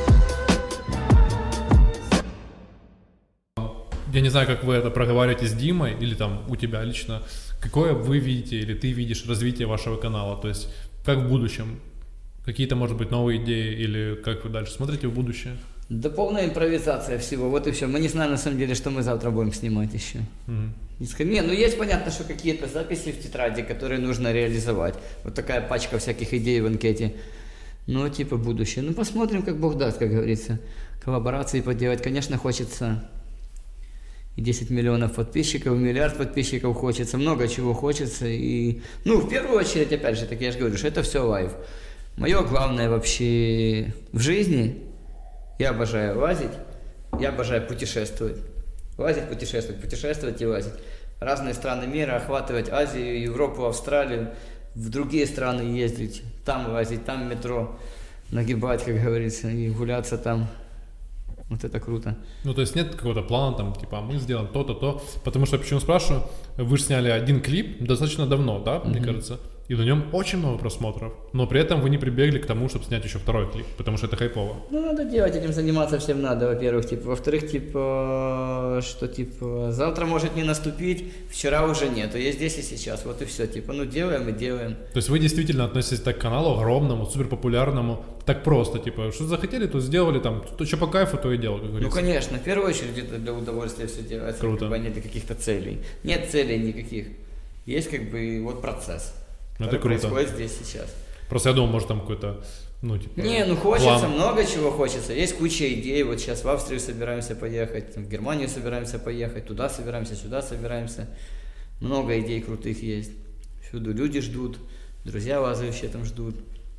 Я не знаю, как вы это проговариваете с Димой или там у тебя лично. Какое вы видите или ты видишь развитие вашего канала? То есть как в будущем? Какие-то, может быть, новые идеи или как вы дальше смотрите в будущее? Да полная импровизация всего, вот и все. Мы не знаем на самом деле, что мы завтра будем снимать еще. Mm-hmm. Не, ну есть понятно, что какие-то записи в тетради, которые нужно реализовать. Вот такая пачка всяких идей в анкете. Ну, типа будущее. Ну, посмотрим, как Бог даст, как говорится. Коллаборации поделать, конечно, хочется. И десять миллионов подписчиков, миллиард подписчиков хочется, много чего хочется. И, ну, в первую очередь, опять же, так я же говорю, что это все лайв. Мое главное вообще в жизни, я обожаю лазить, я обожаю путешествовать. Лазить, путешествовать, путешествовать и лазить. Разные страны мира, охватывать Азию, Европу, Австралию, в другие страны ездить, там лазить, там метро, нагибать, как говорится, и гуляться там. Вот это круто. Ну, то есть нет какого-то плана, там, типа, мы сделаем то-то, то. Потому что, почему спрашиваю, вы же сняли один клип достаточно давно, да, mm-hmm. мне кажется, и на нем очень много просмотров, но при этом вы не прибегли к тому, чтобы снять еще второй клип, потому что это хайпово. Ну, надо делать, этим заниматься всем надо, во-первых, типа, во-вторых, типа, что, типа, завтра может не наступить, вчера уже нет, я здесь и сейчас, вот и все, типа, ну, делаем и делаем. То есть вы действительно относитесь так к каналу огромному, суперпопулярному, так просто, типа, что захотели, то сделали, там, то, что по кайфу, то и дело, как говорится. Ну, конечно, в первую очередь это для удовольствия все делается, круто. Как бы, а не для каких-то целей. Нет целей никаких, есть, как бы, вот процесс. Это круто. Происходит здесь сейчас. Просто я думал, может там какой-то, ну типа. Не, ну хочется, план. Много чего хочется. Есть куча идей. Вот сейчас в Австрию собираемся поехать, в Германию собираемся поехать, туда собираемся, сюда собираемся. Много идей крутых есть. Всюду люди ждут, друзья лазающие там ждут.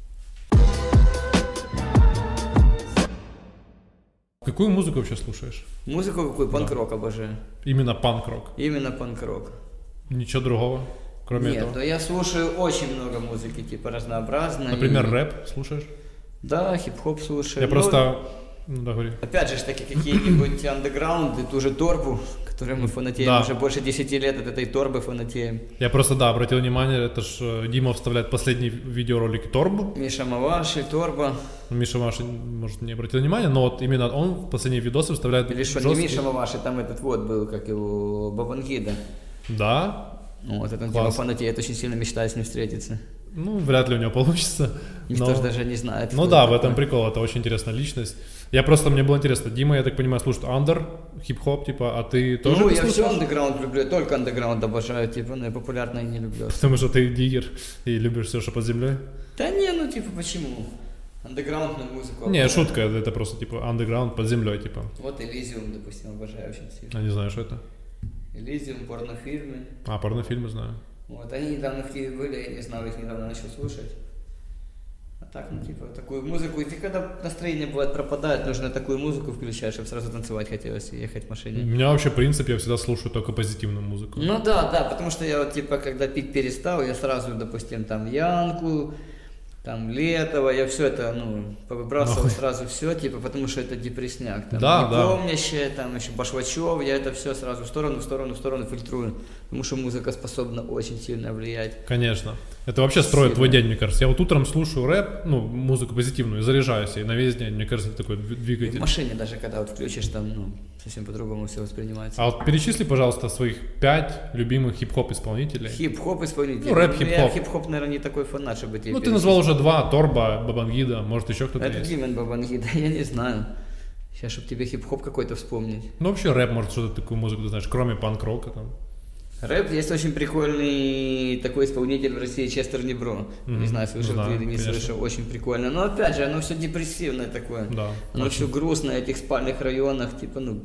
Какую музыку вообще слушаешь? Музыку какую? Панк-рок да. Обожаю. Именно панк-рок? Именно панк-рок. Ничего другого? Кроме Нет, этого? да я слушаю очень много музыки, типа разнообразной. Например, и... рэп слушаешь? Да, хип-хоп слушаю. Я ну, просто... Ну, да, говори. Опять же, таки какие-нибудь андеграунды, ту же Торбу, которой мы фанатеем да. уже больше десяти лет от этой Торбы фанатеем. Я просто, да, обратил внимание, это ж Дима вставляет последний видеоролик Торбу. Миша Маваши, Торба. Миша Маваши, может, не обратил внимания, но вот именно он в последние видосы вставляет Или что, жесткий... не Миша Маваши, там этот вот был, как его, Бабангида. Да? Ну, вот этот Дима фанатеет, очень сильно мечтает с ним встретиться. Ну, вряд ли у него получится. Никто но... же даже не знает. Ну да, в этом прикол, это очень интересная личность. Я просто, мне было интересно, Дима, я так понимаю, слушает андер, хип-хоп, типа, а ты тоже Ну, я слушаешь? все андеграунд люблю, только андеграунд обожаю, типа, но я популярное не люблю. Потому что ты диггер и любишь все, что под землей? Да не, ну, типа, почему? Андеграундную музыку. Не, шутка, это просто, типа, андеграунд под землей, типа. Вот Elysium, допустим, обожаю очень сильно. А не знаю, что это? Elysium, порнофильмы. А, порнофильмы знаю. Вот, они недавно в Киеве были, я не знал, их недавно начал слушать. А так, ну, типа, такую музыку, и ты когда настроение бывает пропадает, нужно такую музыку включать, чтобы сразу танцевать хотелось и ехать в машине. У меня вообще, в принципе, я всегда слушаю только позитивную музыку. Ну да, да, потому что я вот, типа, когда пить перестал, я сразу, допустим, там, Янку, там, Летова, я все это, ну, повыбрасывал Ой. сразу все, типа, потому что это депрессняк, там, да, непомнящее, да. там, еще Башвачев, я это все сразу в сторону, в сторону, в сторону фильтрую, потому что музыка способна очень сильно влиять. Конечно. Это вообще строит сильно. Твой день, мне кажется. Я вот утром слушаю рэп, ну, музыку позитивную, и заряжаюсь, и на весь день, мне кажется, это такой двигатель. И в машине даже, когда вот включишь, там, ну, совсем по-другому все воспринимается. А вот перечисли, пожалуйста, своих пять любимых хип-хоп исполнителей. Хип-хоп исполнителей? Ну, рэп, хип-хоп. Я хип-хоп, наверное, не такой фанат, чтобы тебе Ну, ты назвал уже два, Торба, Бабангида, может еще кто-то это есть. Это Димен Бабангида, я не знаю. Сейчас, чтобы тебе хип-хоп какой-то вспомнить. Ну, вообще рэп, может, что-то такую музыку, ты знаешь, кроме панк-рока там. Рэп, есть очень прикольный такой исполнитель в России, Честер Небро. Mm-hmm. Не знаю, слышал ты или не конечно. слышал, очень прикольно. Но опять же, оно все депрессивное такое. Да, оно очень. все грустное, в этих спальных районах, типа, ну,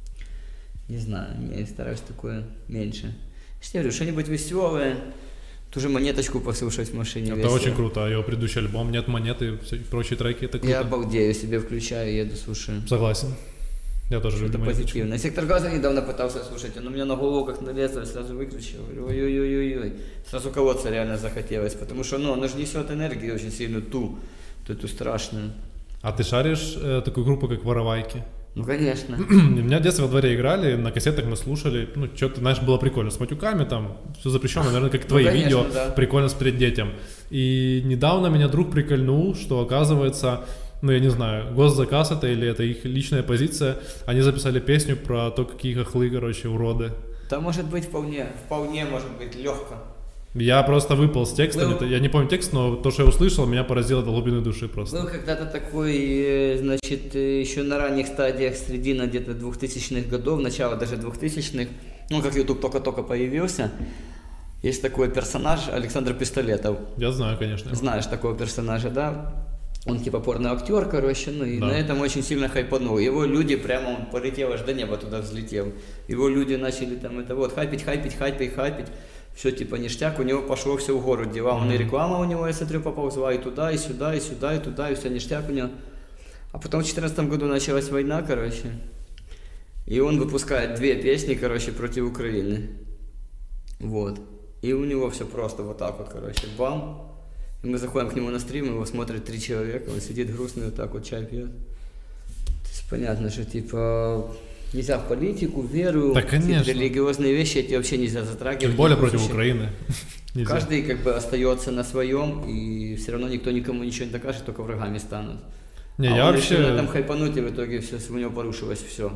не знаю, я стараюсь такое меньше. Я говорю, что-нибудь веселое, ту же Монеточку послушать в машине. Это весело. очень круто, а его предыдущий альбом «Нет монеты» и все прочие треки, это круто. Я обалдею, себе включаю, еду, слушаю. Согласен. Я тоже люблю Монеточку. Это позитивно. Сектор Газа недавно пытался слушать, он у меня на голову как налезло, сразу выключил. Ой-ой-ой-ой-ой. Сразу колоться реально захотелось, потому что, ну, оно же несет энергию очень сильно, ту, ту, ту страшную. А ты шаришь э, такую группу, как Воровайки? Ну, конечно. У меня в детстве во дворе играли, на кассетах мы слушали, ну, что-то, знаешь, было прикольно, с матюками там, все запрещено, наверное, как твои ну, конечно, видео, да. Прикольно смотреть детям. И недавно меня друг прикольнул, что, оказывается, ну, я не знаю, госзаказ это или это их личная позиция, они записали песню про то, какие хохлы, короче, уроды. Да, может быть, вполне, вполне, может быть, легко. Я просто выпал с текстом, был... я не помню текст, но то, что я услышал, меня поразило до глубины души просто. Был когда-то такой, значит, еще на ранних стадиях, середина где-то двухтысячных годов, начало даже двухтысячных, ну, как YouTube только-только появился, есть такой персонаж Александр Пистолетов. Я знаю, конечно. Знаешь такого персонажа, да? Он типа порный актер, короче, ну и да. На этом очень сильно хайпанул. Его люди прямо, он полетел аж до неба туда взлетел. Его люди начали там это вот хайпить, хайпить, хайпить, хайпить. Все типа ништяк, у него пошло все в гору дела. Mm-hmm. Он и реклама у него, я смотрю, поползла и туда, и сюда, и сюда, и туда, и все ништяк у него. А потом в две тысячи четырнадцатом году началась война, короче. И он выпускает две песни, короче, против Украины. Вот. И у него все просто вот так вот, короче, бам. И мы заходим к нему на стрим, его смотрят три человека, он сидит грустный, вот так вот чай пьет. То есть понятно, что типа нельзя в политику, веру, да, конечно. Религиозные вещи эти вообще нельзя затрагивать. Тем более против случае. Украины. Каждый как бы остается на своем, и все равно никто никому ничего не докажет, только врагами станут. Не, а я он вообще... решил на этом хайпануть, и в итоге все, у него порушилось все.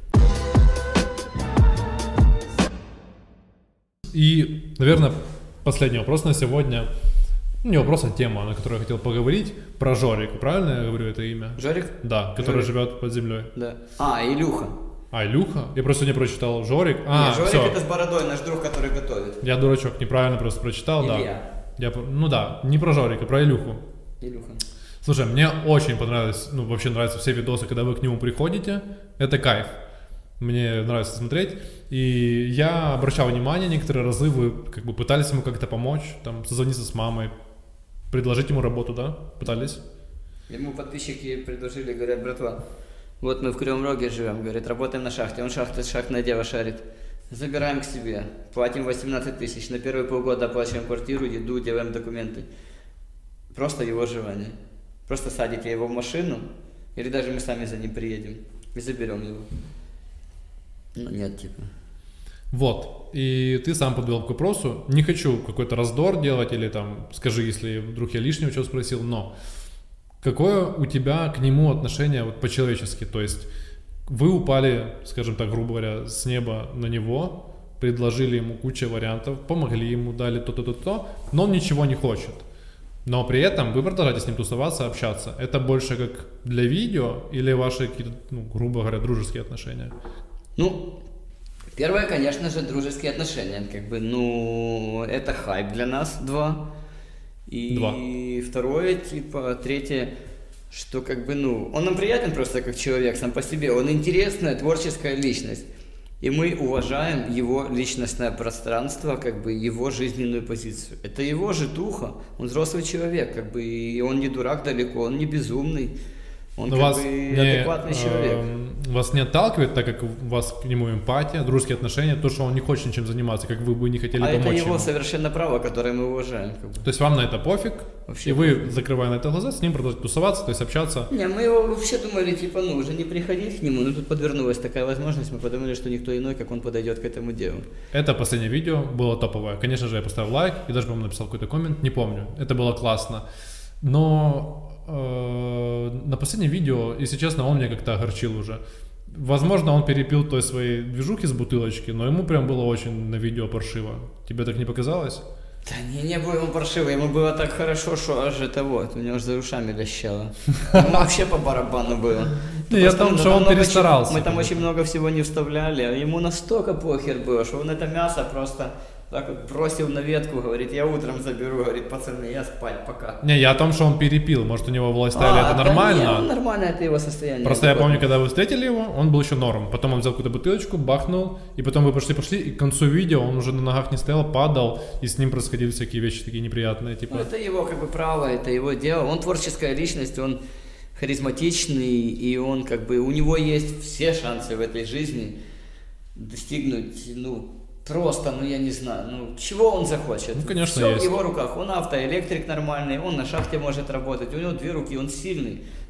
И, наверное, последний вопрос на сегодня. Не вопрос, а тема, на которую я хотел поговорить. Про Жорика, правильно я говорю это имя? Жорик? Да, который Жорик. Живет под землей. Да. А, Илюха. А, Илюха? Я просто не прочитал Жорик. А, не, Жорик все. Это с бородой, наш друг, который готовит. Я дурачок, неправильно просто прочитал, Илья. да. Я, ну да, не про Жорика, про Илюху. Илюха. Слушай, мне очень понравилось, ну вообще нравятся все видосы, когда вы к нему приходите. Это кайф. Мне нравится смотреть. И я обращал внимание, некоторые разы вы как бы пытались ему как-то помочь, там, созвониться с мамой, предложить ему работу, да? Пытались? Ему подписчики предложили, говорят, братва, вот мы в Кривом Роге живем, говорит, работаем на шахте, он шахта, шахтное дело шарит. Забираем к себе, платим восемнадцать тысяч, на первые полгода оплачиваем квартиру, еду, делаем документы. Просто его желание. Просто садите его в машину, или даже мы сами за ним приедем и заберем его. Ну нет, типа. Вот, и ты сам подвел к вопросу, не хочу какой-то раздор делать или там, скажи, если вдруг я лишнего чего спросил, но какое у тебя к нему отношение вот по-человечески, то есть вы упали, скажем так, грубо говоря, с неба на него, предложили ему кучу вариантов, помогли ему, дали то-то, то-то, но он ничего не хочет, но при этом вы продолжаете с ним тусоваться, общаться, это больше как для видео или ваши какие-то, ну, грубо говоря, дружеские отношения? Ну, первое, конечно же, дружеские отношения, как бы, ну, это хайп для нас, два. И два. Второе, типа, третье, что, как бы, ну, он нам приятен просто как человек сам по себе, он интересная творческая личность. И мы уважаем его личностное пространство, как бы, его жизненную позицию. Это его житуха, он взрослый человек, как бы, и он не дурак далеко, он не безумный. Он как вас бы не, адекватный человек. Э, вас не отталкивает, так как у вас к нему эмпатия, дружеские отношения, то, что он не хочет ничем заниматься, как вы бы не хотели а помочь ему. А это его совершенно право, которое мы уважаем. Как бы. То есть вам на это пофиг, вообще и вы, закрывая на это глаза, с ним продолжаете тусоваться, то есть общаться? Не, мы его вообще думали, типа, ну, уже не приходить к нему, но тут подвернулась такая возможность, мы подумали, что никто иной, как он подойдет к этому делу. Это последнее видео было топовое. Конечно же, я поставил лайк и даже, по-моему, написал какой-то коммент, не помню. Это было классно. Но на последнем видео, если честно, он меня как-то огорчил уже. Возможно, он перепил той своей движухи с бутылочки, но ему прям было очень на видео паршиво. Тебе так не показалось? Да не, не было ему паршиво, ему было так хорошо, что аж это вот, у него аж за ушами лещало. Ему вообще по барабану было. Я там, что он перестарался. Мы там очень много всего не вставляли, а ему настолько похер было, что он это мясо просто... Так вот бросил на ветку, говорит, я утром заберу, говорит, пацаны, я спать, пока. Не, я о том, что он перепил, может у него в лайфстайле а, это да нормально. Не, нормально, это его состояние. Просто я помню, когда вы встретили его, он был еще норм, потом он взял какую-то бутылочку, бахнул, и потом вы пошли-пошли, и к концу видео он уже на ногах не стоял, падал, и с ним происходили всякие вещи такие неприятные, типа. Ну это его как бы право, это его дело, он творческая личность, он харизматичный, и он как бы, у него есть все шансы в этой жизни достигнуть, ну, просто, ну я не знаю, ну чего он захочет. Ну, конечно, все есть. в его руках. Он автоэлектрик нормальный, он на шахте может работать, у него две руки, он сильный.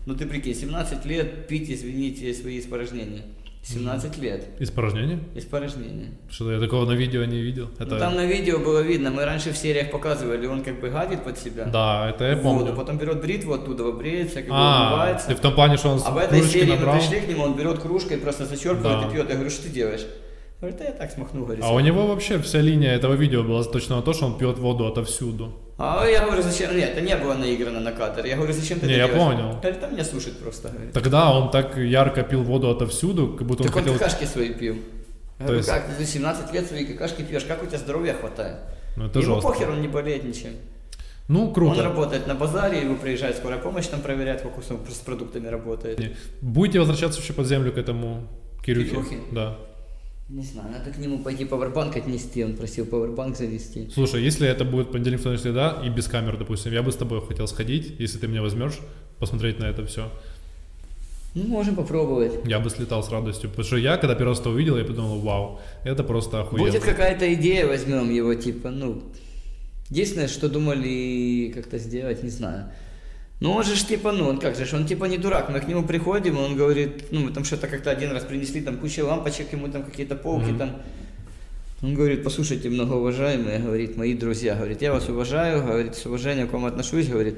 Ну ты прикинь, семнадцать лет пить, извините, свои испражнения. семнадцать лет. Испражнение? Испражнение. Что-то я такого на видео не видел. Это... Ну, там на видео было видно, мы раньше в сериях показывали, он как бы гадит под себя. Да, это я помню. Воду, потом берет бритву оттуда, бреется, как бы а, умывается. ты в том плане, что он а в этой серии набрал? мы пришли к нему, он берет кружкой, просто зачерпывает да. и пьет. Я говорю, что ты делаешь? Говорит, да я так смахну, говорит. А у него вообще вся линия этого видео была точно на то, что он пьет воду отовсюду. А я говорю, зачем? Нет, это не было наиграно на кадр. Я говорю, зачем ты не, это я делаешь? понял. Говорит, там меня сушит просто. Говорит. Тогда он так ярко пил воду отовсюду, как будто так он он хотел... какашки свои пил. Я говорю, есть... как, ты семнадцать лет свои какашки пьешь, как у тебя здоровья хватает? Ну, это Ему жестко. похер, он не болеет ничем. Ну, круто. Он работает на базаре, его приезжает скорая помощь, там проверяет, как он с продуктами работает. Будете возвращаться еще под землю к этому Кирюхе? Кирюхе? Да. Не знаю, надо к нему пойти пауэрбанк отнести, он просил пауэрбанк завести. Слушай, если это будет понедельник, вторник, среда и без камер, допустим, я бы с тобой хотел сходить, если ты меня возьмешь, посмотреть на это все. Ну, можем попробовать. Я бы слетал с радостью, потому что я, когда первый раз это увидел, я подумал, вау, это просто охуенно. Будет какая-то идея, возьмем его, типа, ну, единственное, что думали как-то сделать, не знаю. Ну, он же ж, типа, ну, он как же, он типа не дурак, мы к нему приходим, он говорит, ну, мы там что-то как-то один раз принесли, там куча лампочек, ему там какие-то полки, mm-hmm. там. Он говорит, послушайте, многоуважаемые, говорит, мои друзья, говорит, я вас уважаю, говорит, с уважением к вам отношусь, говорит,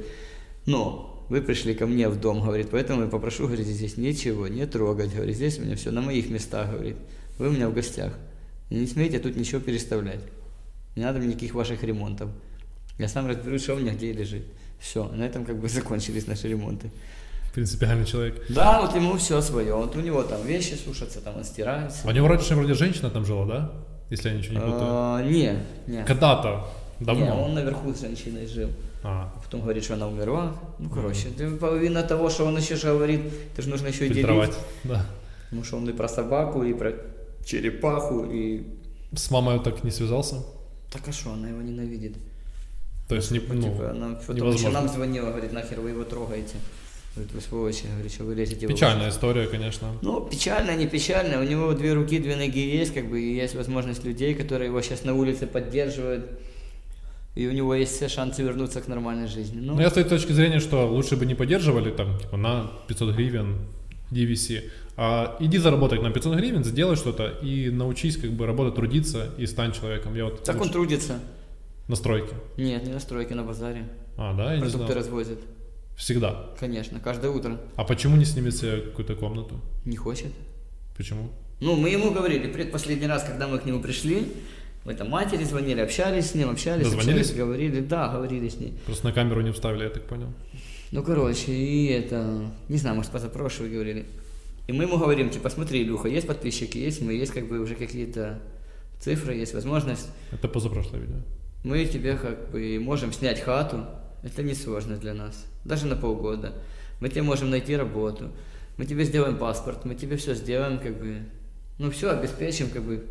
но вы пришли ко мне в дом, говорит, поэтому я попрошу, говорит, здесь ничего не трогать, говорит, здесь у меня все на моих местах, говорит, вы у меня в гостях, и не смейте тут ничего переставлять, не надо мне никаких ваших ремонтов, я сам разберусь, что у меня где лежит. Все, на этом как бы закончились наши ремонты. Принципиальный человек. Да, вот ему все свое. Вот у него там вещи сушатся, там он стирается. А у него раньше вроде женщина там жила, да? Если я ничего не путаю. А, не, не. Когда-то, давно. Не, он наверху с женщиной жил. А. А потом говорит, что она умерла. Ну, короче, mm-hmm. половина того, что он еще же говорит, это же нужно еще и делить. Да. Потому что он и про собаку, и про черепаху, и... С мамой так не связался? Так а что, она его ненавидит. То есть не, ну, типа, она потом еще нам звонила, говорит, нахер вы его трогаете. Говорит, вы сволочи, говорит, что вы лезете. Печальная история, конечно. Ну, печальная, не печальная. У него две руки, две ноги есть, как бы, и есть возможность людей, которые его сейчас на улице поддерживают. И у него есть все шансы вернуться к нормальной жизни. Ну, ну я с той точки зрения, что лучше бы не поддерживали там, типа, на пятьсот гривен ди ви си. А иди заработать на пятьсот гривен, сделай что-то и научись как бы работать, трудиться и стань человеком. Я вот так лучше... он трудится. На стройке? Нет, не на стройке, на базаре. А, да? Я продукты не знал. развозят. Всегда? Конечно, каждое утро. А почему не снимет себе какую-то комнату? Не хочет. Почему? Ну, мы ему говорили, предпоследний раз, когда мы к нему пришли, мы там матери звонили, общались с ним, общались, Дозвонились? общались, говорили, да, говорили с ней. Просто на камеру не вставили, я так понял. Ну, короче, и это, не знаю, может, позапрошлый говорили. И мы ему говорим, типа, смотри, Илюха, есть подписчики, есть мы, есть как бы уже какие-то цифры, есть возможность. Это позапрошлое видео. Мы тебе как бы можем снять хату, это не сложно для нас, даже на полгода. Мы тебе можем найти работу, мы тебе сделаем паспорт, мы тебе все сделаем, как бы, ну все обеспечим, как бы.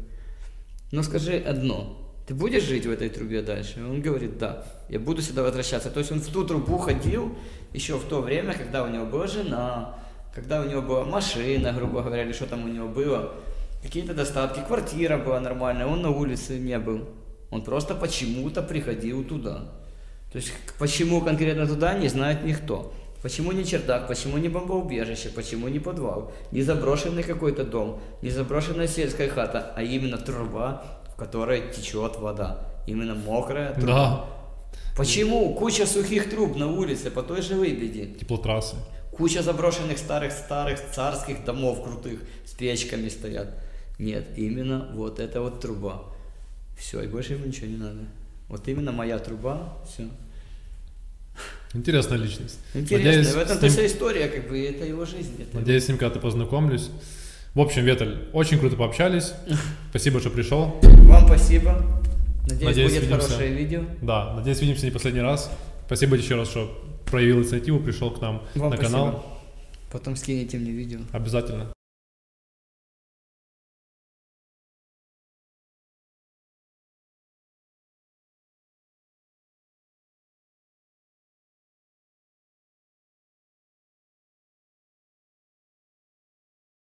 Но скажи одно, ты будешь жить в этой трубе дальше? Он говорит, да, я буду сюда возвращаться. То есть он в ту трубу ходил еще в то время, когда у него была жена, когда у него была машина, грубо говоря, или что там у него было, какие-то достатки, квартира была нормальная, он на улице не был. Он просто почему-то приходил туда. То есть почему конкретно туда, не знает никто. Почему не чердак, почему не бомбоубежище, почему не подвал, не заброшенный какой-то дом, не заброшенная сельская хата, а именно труба, в которой течет вода. Именно мокрая труба. Да. Почему? Куча сухих труб на улице по той же Лыбеди. Теплотрассы. Куча заброшенных старых-старых царских домов крутых с печками стоят. Нет, именно вот эта вот труба. Все, и больше ему ничего не надо. Вот именно моя труба, все. Интересная личность. Интересно, Надеюсь, в этом-то ним... вся история, как бы, это его жизнь. Это Надеюсь, с ним когда-то познакомлюсь. В общем, Веталь, очень круто пообщались. Спасибо, что пришел. Вам спасибо. Надеюсь, Надеюсь будет увидимся. хорошее видео. Да, надеюсь, увидимся не последний раз. Спасибо еще раз, что проявил инициативу, пришел к нам Вам на спасибо. канал. Потом скинете мне видео. Обязательно.